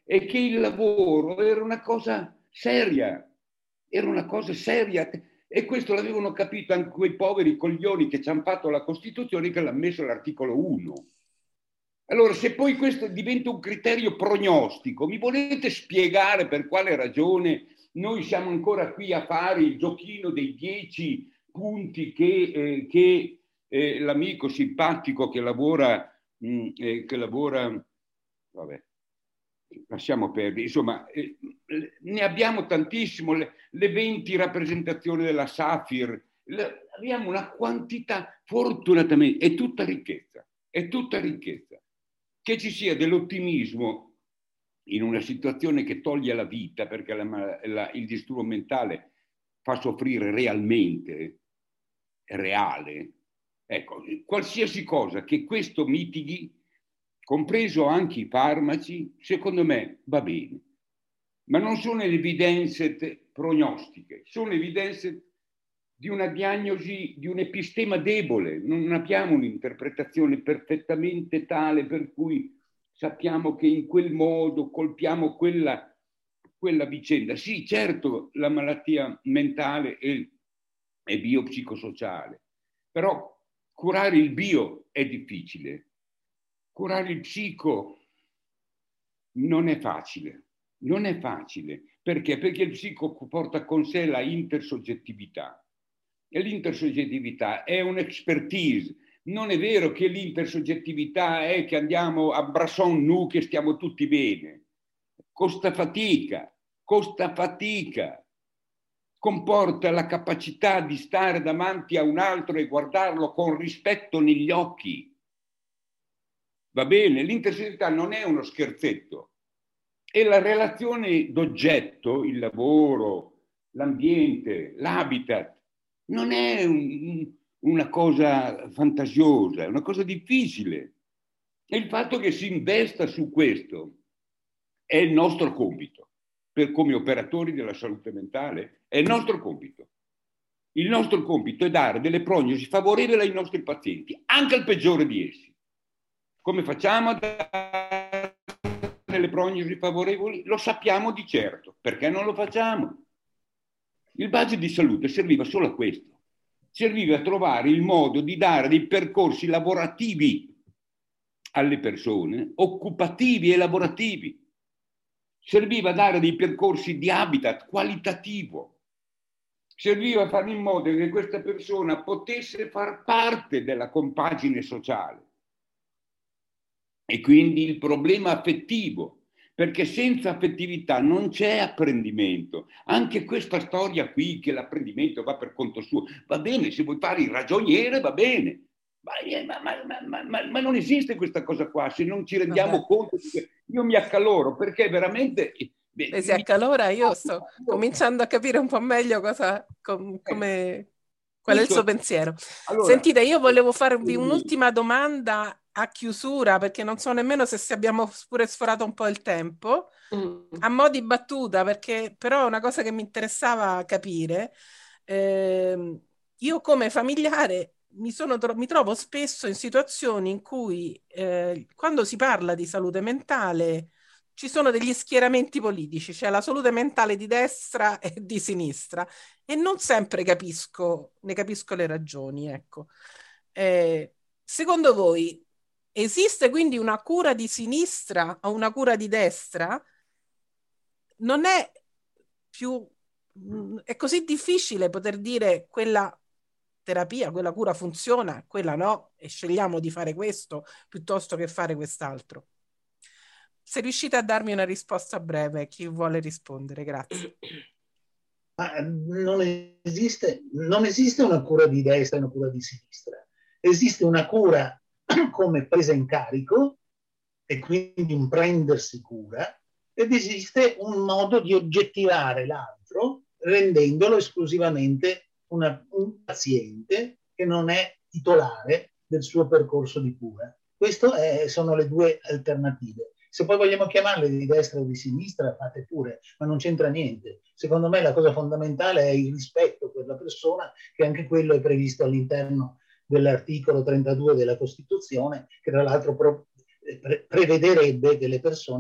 e che il lavoro era una cosa seria, era una cosa seria, e questo l'avevano capito anche quei poveri coglioni che ci hanno fatto la Costituzione, che l'hanno messo all'articolo uno. Allora, se poi questo diventa un criterio prognostico, mi volete spiegare per quale ragione noi siamo ancora qui a fare il giochino dei dieci punti che, eh, che eh, l'amico simpatico che lavora, mh, eh, che lavora, vabbè, lasciamo perdere, insomma, eh, ne abbiamo tantissimo, le, le venti rappresentazioni della Safir, le, abbiamo una quantità, fortunatamente, è tutta ricchezza, è tutta ricchezza. Che ci sia dell'ottimismo in una situazione che toglie la vita, perché la, la, il disturbo mentale fa soffrire realmente, è reale. Ecco, qualsiasi cosa che questo mitighi, compreso anche i farmaci, secondo me va bene. Ma non sono evidenze prognostiche, sono evidenze di una diagnosi, di un epistema debole. Non abbiamo un'interpretazione perfettamente tale per cui sappiamo che in quel modo colpiamo quella, quella vicenda. Sì, certo, la malattia mentale è, è biopsicosociale, però curare il bio è difficile. Curare il psico non è facile, non è facile. Perché? Perché il psico porta con sé la intersoggettività. E l'intersoggettività è un'expertise. Non è vero che l'intersoggettività è che andiamo a brasson nu che stiamo tutti bene. Costa fatica, costa fatica. Comporta la capacità di stare davanti a un altro e guardarlo con rispetto negli occhi. Va bene? L'intersoggettività non è uno scherzetto. E la relazione d'oggetto, il lavoro, l'ambiente, l'habitat, non è un, una cosa fantasiosa, è una cosa difficile. E il fatto che si investa su questo è il nostro compito, per come operatori della salute mentale, è il nostro compito. Il nostro compito è dare delle prognosi favorevoli ai nostri pazienti, anche al peggiore di essi. Come facciamo a dare delle prognosi favorevoli? Lo sappiamo di certo. Perché non lo facciamo? Il budget di salute serviva solo a questo. Serviva a trovare il modo di dare dei percorsi lavorativi alle persone, occupativi e lavorativi. Serviva a dare dei percorsi di habitat qualitativo. Serviva a fare in modo che questa persona potesse far parte della compagine sociale. E quindi il problema affettivo. Perché senza affettività non c'è apprendimento. Anche questa storia qui che l'apprendimento va per conto suo, va bene, se vuoi fare il ragioniere va bene, ma, ma, ma, ma, ma non esiste questa cosa qua, se non ci rendiamo Vabbè. conto. Che io mi accaloro perché veramente... Beh, si accalora, io sto cominciando a capire un po' meglio cosa, com, come, qual è il suo pensiero. Allora, sentite, io volevo farvi un'ultima domanda a chiusura, perché non so nemmeno se, se abbiamo pure sforato un po' il tempo, mm. a mo' di battuta, perché però è una cosa che mi interessava capire. Eh, io come familiare mi, sono, mi trovo spesso in situazioni in cui eh, quando si parla di salute mentale ci sono degli schieramenti politici, cioè la salute mentale di destra e di sinistra, e non sempre capisco, ne capisco le ragioni, ecco. Eh, secondo voi esiste quindi una cura di sinistra o una cura di destra? Non è più... è così difficile poter dire quella terapia, quella cura funziona, quella no, e scegliamo di fare questo piuttosto che fare quest'altro. Se riuscite a darmi una risposta breve, chi vuole rispondere? Grazie. Ma non esiste, non esiste una cura di destra e una cura di sinistra. Esiste una cura come presa in carico e quindi un prendersi cura, ed esiste un modo di oggettivare l'altro rendendolo esclusivamente una, un paziente che non è titolare del suo percorso di cura. Queste sono le due alternative. Se poi vogliamo chiamarle di destra o di sinistra, fate pure, ma non c'entra niente. Secondo me la cosa fondamentale è il rispetto per la persona, che anche quello è previsto all'interno dell'articolo trentadue della Costituzione, che tra l'altro pro, pre, prevederebbe che le persone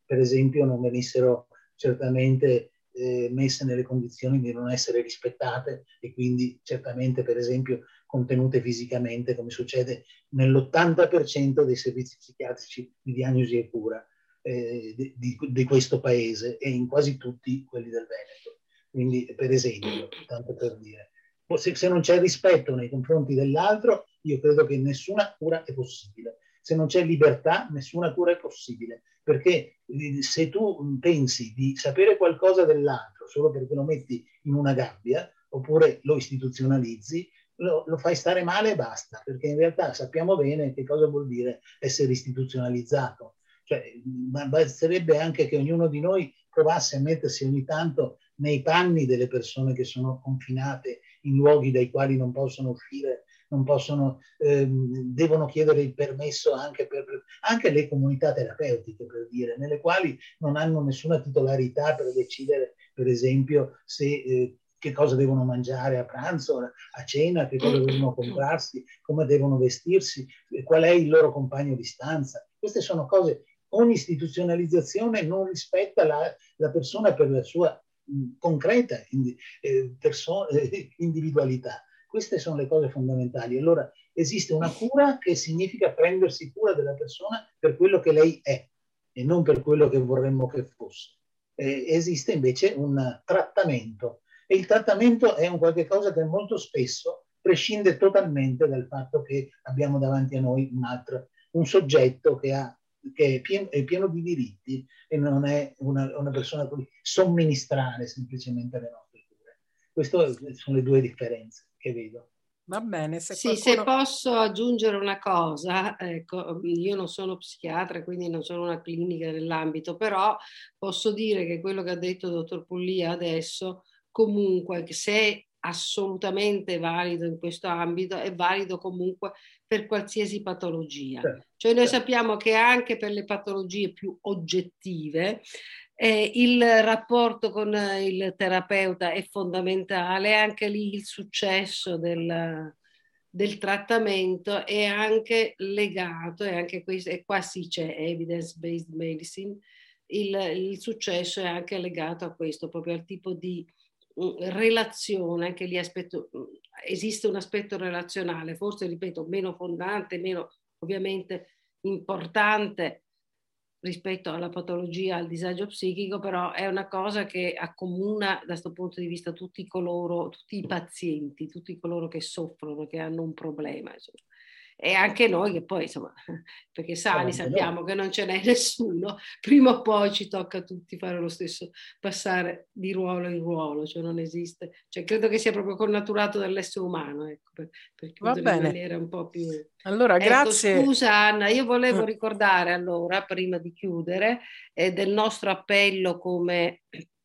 per esempio, non venissero certamente eh, messe nelle condizioni di non essere rispettate e quindi certamente, per esempio, contenute fisicamente, come succede nell'ottanta per cento dei servizi psichiatrici di diagnosi e cura eh, di, di, di questo paese e in quasi tutti quelli del Veneto. Quindi, per esempio, tanto per dire, se, se non c'è rispetto nei confronti dell'altro, io credo che nessuna cura è possibile. Se non c'è libertà, nessuna cura è possibile, perché se tu pensi di sapere qualcosa dell'altro solo perché lo metti in una gabbia, oppure lo istituzionalizzi, lo, lo fai stare male e basta, perché in realtà sappiamo bene che cosa vuol dire essere istituzionalizzato. Cioè, basterebbe anche che ognuno di noi provasse a mettersi ogni tanto nei panni delle persone che sono confinate in luoghi dai quali non possono uscire, non possono, ehm, devono chiedere il permesso anche per anche le comunità terapeutiche, per dire, nelle quali non hanno nessuna titolarità per decidere, per esempio, se eh, che cosa devono mangiare a pranzo, a cena, che cosa devono comprarsi, come devono vestirsi, qual è il loro compagno di stanza. Queste sono cose, ogni istituzionalizzazione non rispetta la, la persona per la sua mh, concreta indi, eh, perso- eh, individualità. Queste sono le cose fondamentali. Allora esiste una cura che significa prendersi cura della persona per quello che lei è e non per quello che vorremmo che fosse. Eh, esiste invece un trattamento e il trattamento è un qualche cosa che molto spesso prescinde totalmente dal fatto che abbiamo davanti a noi un altro, un soggetto che, ha, che è, pieno, è pieno di diritti e non è una, una persona a cui somministrare semplicemente le nostre cure. Queste sono le due differenze che vedo. Va bene, se sì, qualcuno... se posso aggiungere una cosa, ecco, io non sono psichiatra, quindi non sono una clinica nell'ambito, però posso dire che quello che ha detto il dottor Pullia adesso, comunque, se è assolutamente valido in questo ambito, è valido comunque per qualsiasi patologia. Certo, cioè noi certo. sappiamo che anche per le patologie più oggettive, Eh, il rapporto con il terapeuta è fondamentale, anche lì il successo del, del trattamento è anche legato, e anche questo, e qua sì c'è evidence-based medicine, il, il successo è anche legato a questo, proprio al tipo di uh, relazione, che lì aspetto, uh, esiste un aspetto relazionale, forse ripeto meno fondante, meno ovviamente importante rispetto alla patologia, al disagio psichico, però è una cosa che accomuna da questo punto di vista tutti coloro, tutti i pazienti, tutti coloro che soffrono, che hanno un problema, insomma. E anche noi che poi, insomma, perché sani sappiamo che non ce n'è nessuno, prima o poi ci tocca a tutti fare lo stesso, passare di ruolo in ruolo, cioè non esiste, cioè credo che sia proprio connaturato dall'essere umano, ecco, per, per chiudere in maniera un po' più... Allora, ecco, grazie. Scusa Anna, io volevo ricordare allora, prima di chiudere, eh, del nostro appello come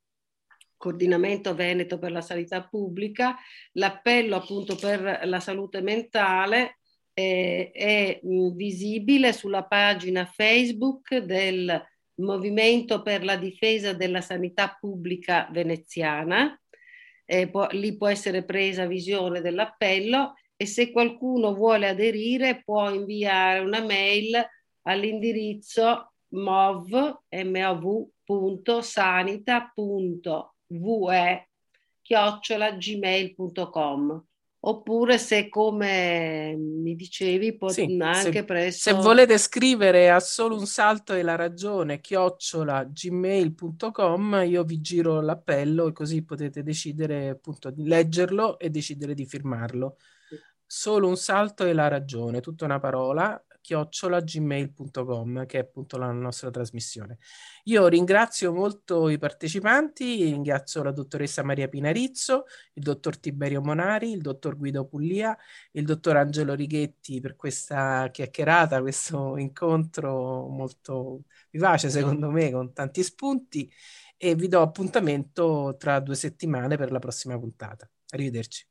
Coordinamento Veneto per la Sanità Pubblica, l'appello appunto per la salute mentale eh, è mh, visibile sulla pagina Facebook del Movimento per la Difesa della Sanità Pubblica Veneziana, eh, può, lì può essere presa visione dell'appello e se qualcuno vuole aderire può inviare una mail all'indirizzo mov, punto sanita punto ve chiocciola gmail punto com oppure se come mi dicevi pot- sì, anche se, presso se volete scrivere a Solo un salto e la ragione chiocciola gmail punto com io vi giro l'appello e così potete decidere appunto di leggerlo e decidere di firmarlo. Solo un salto e la ragione, tutta una parola, chiocciola gmail punto com, che è appunto la nostra trasmissione. Io ringrazio molto i partecipanti, ringrazio la dottoressa Maria Pinarizzo, il dottor Tiberio Monari, il dottor Guido Pullia, il dottor Angelo Righetti per questa chiacchierata, questo incontro molto vivace secondo me, con tanti spunti, e vi do appuntamento tra due settimane per la prossima puntata. Arrivederci.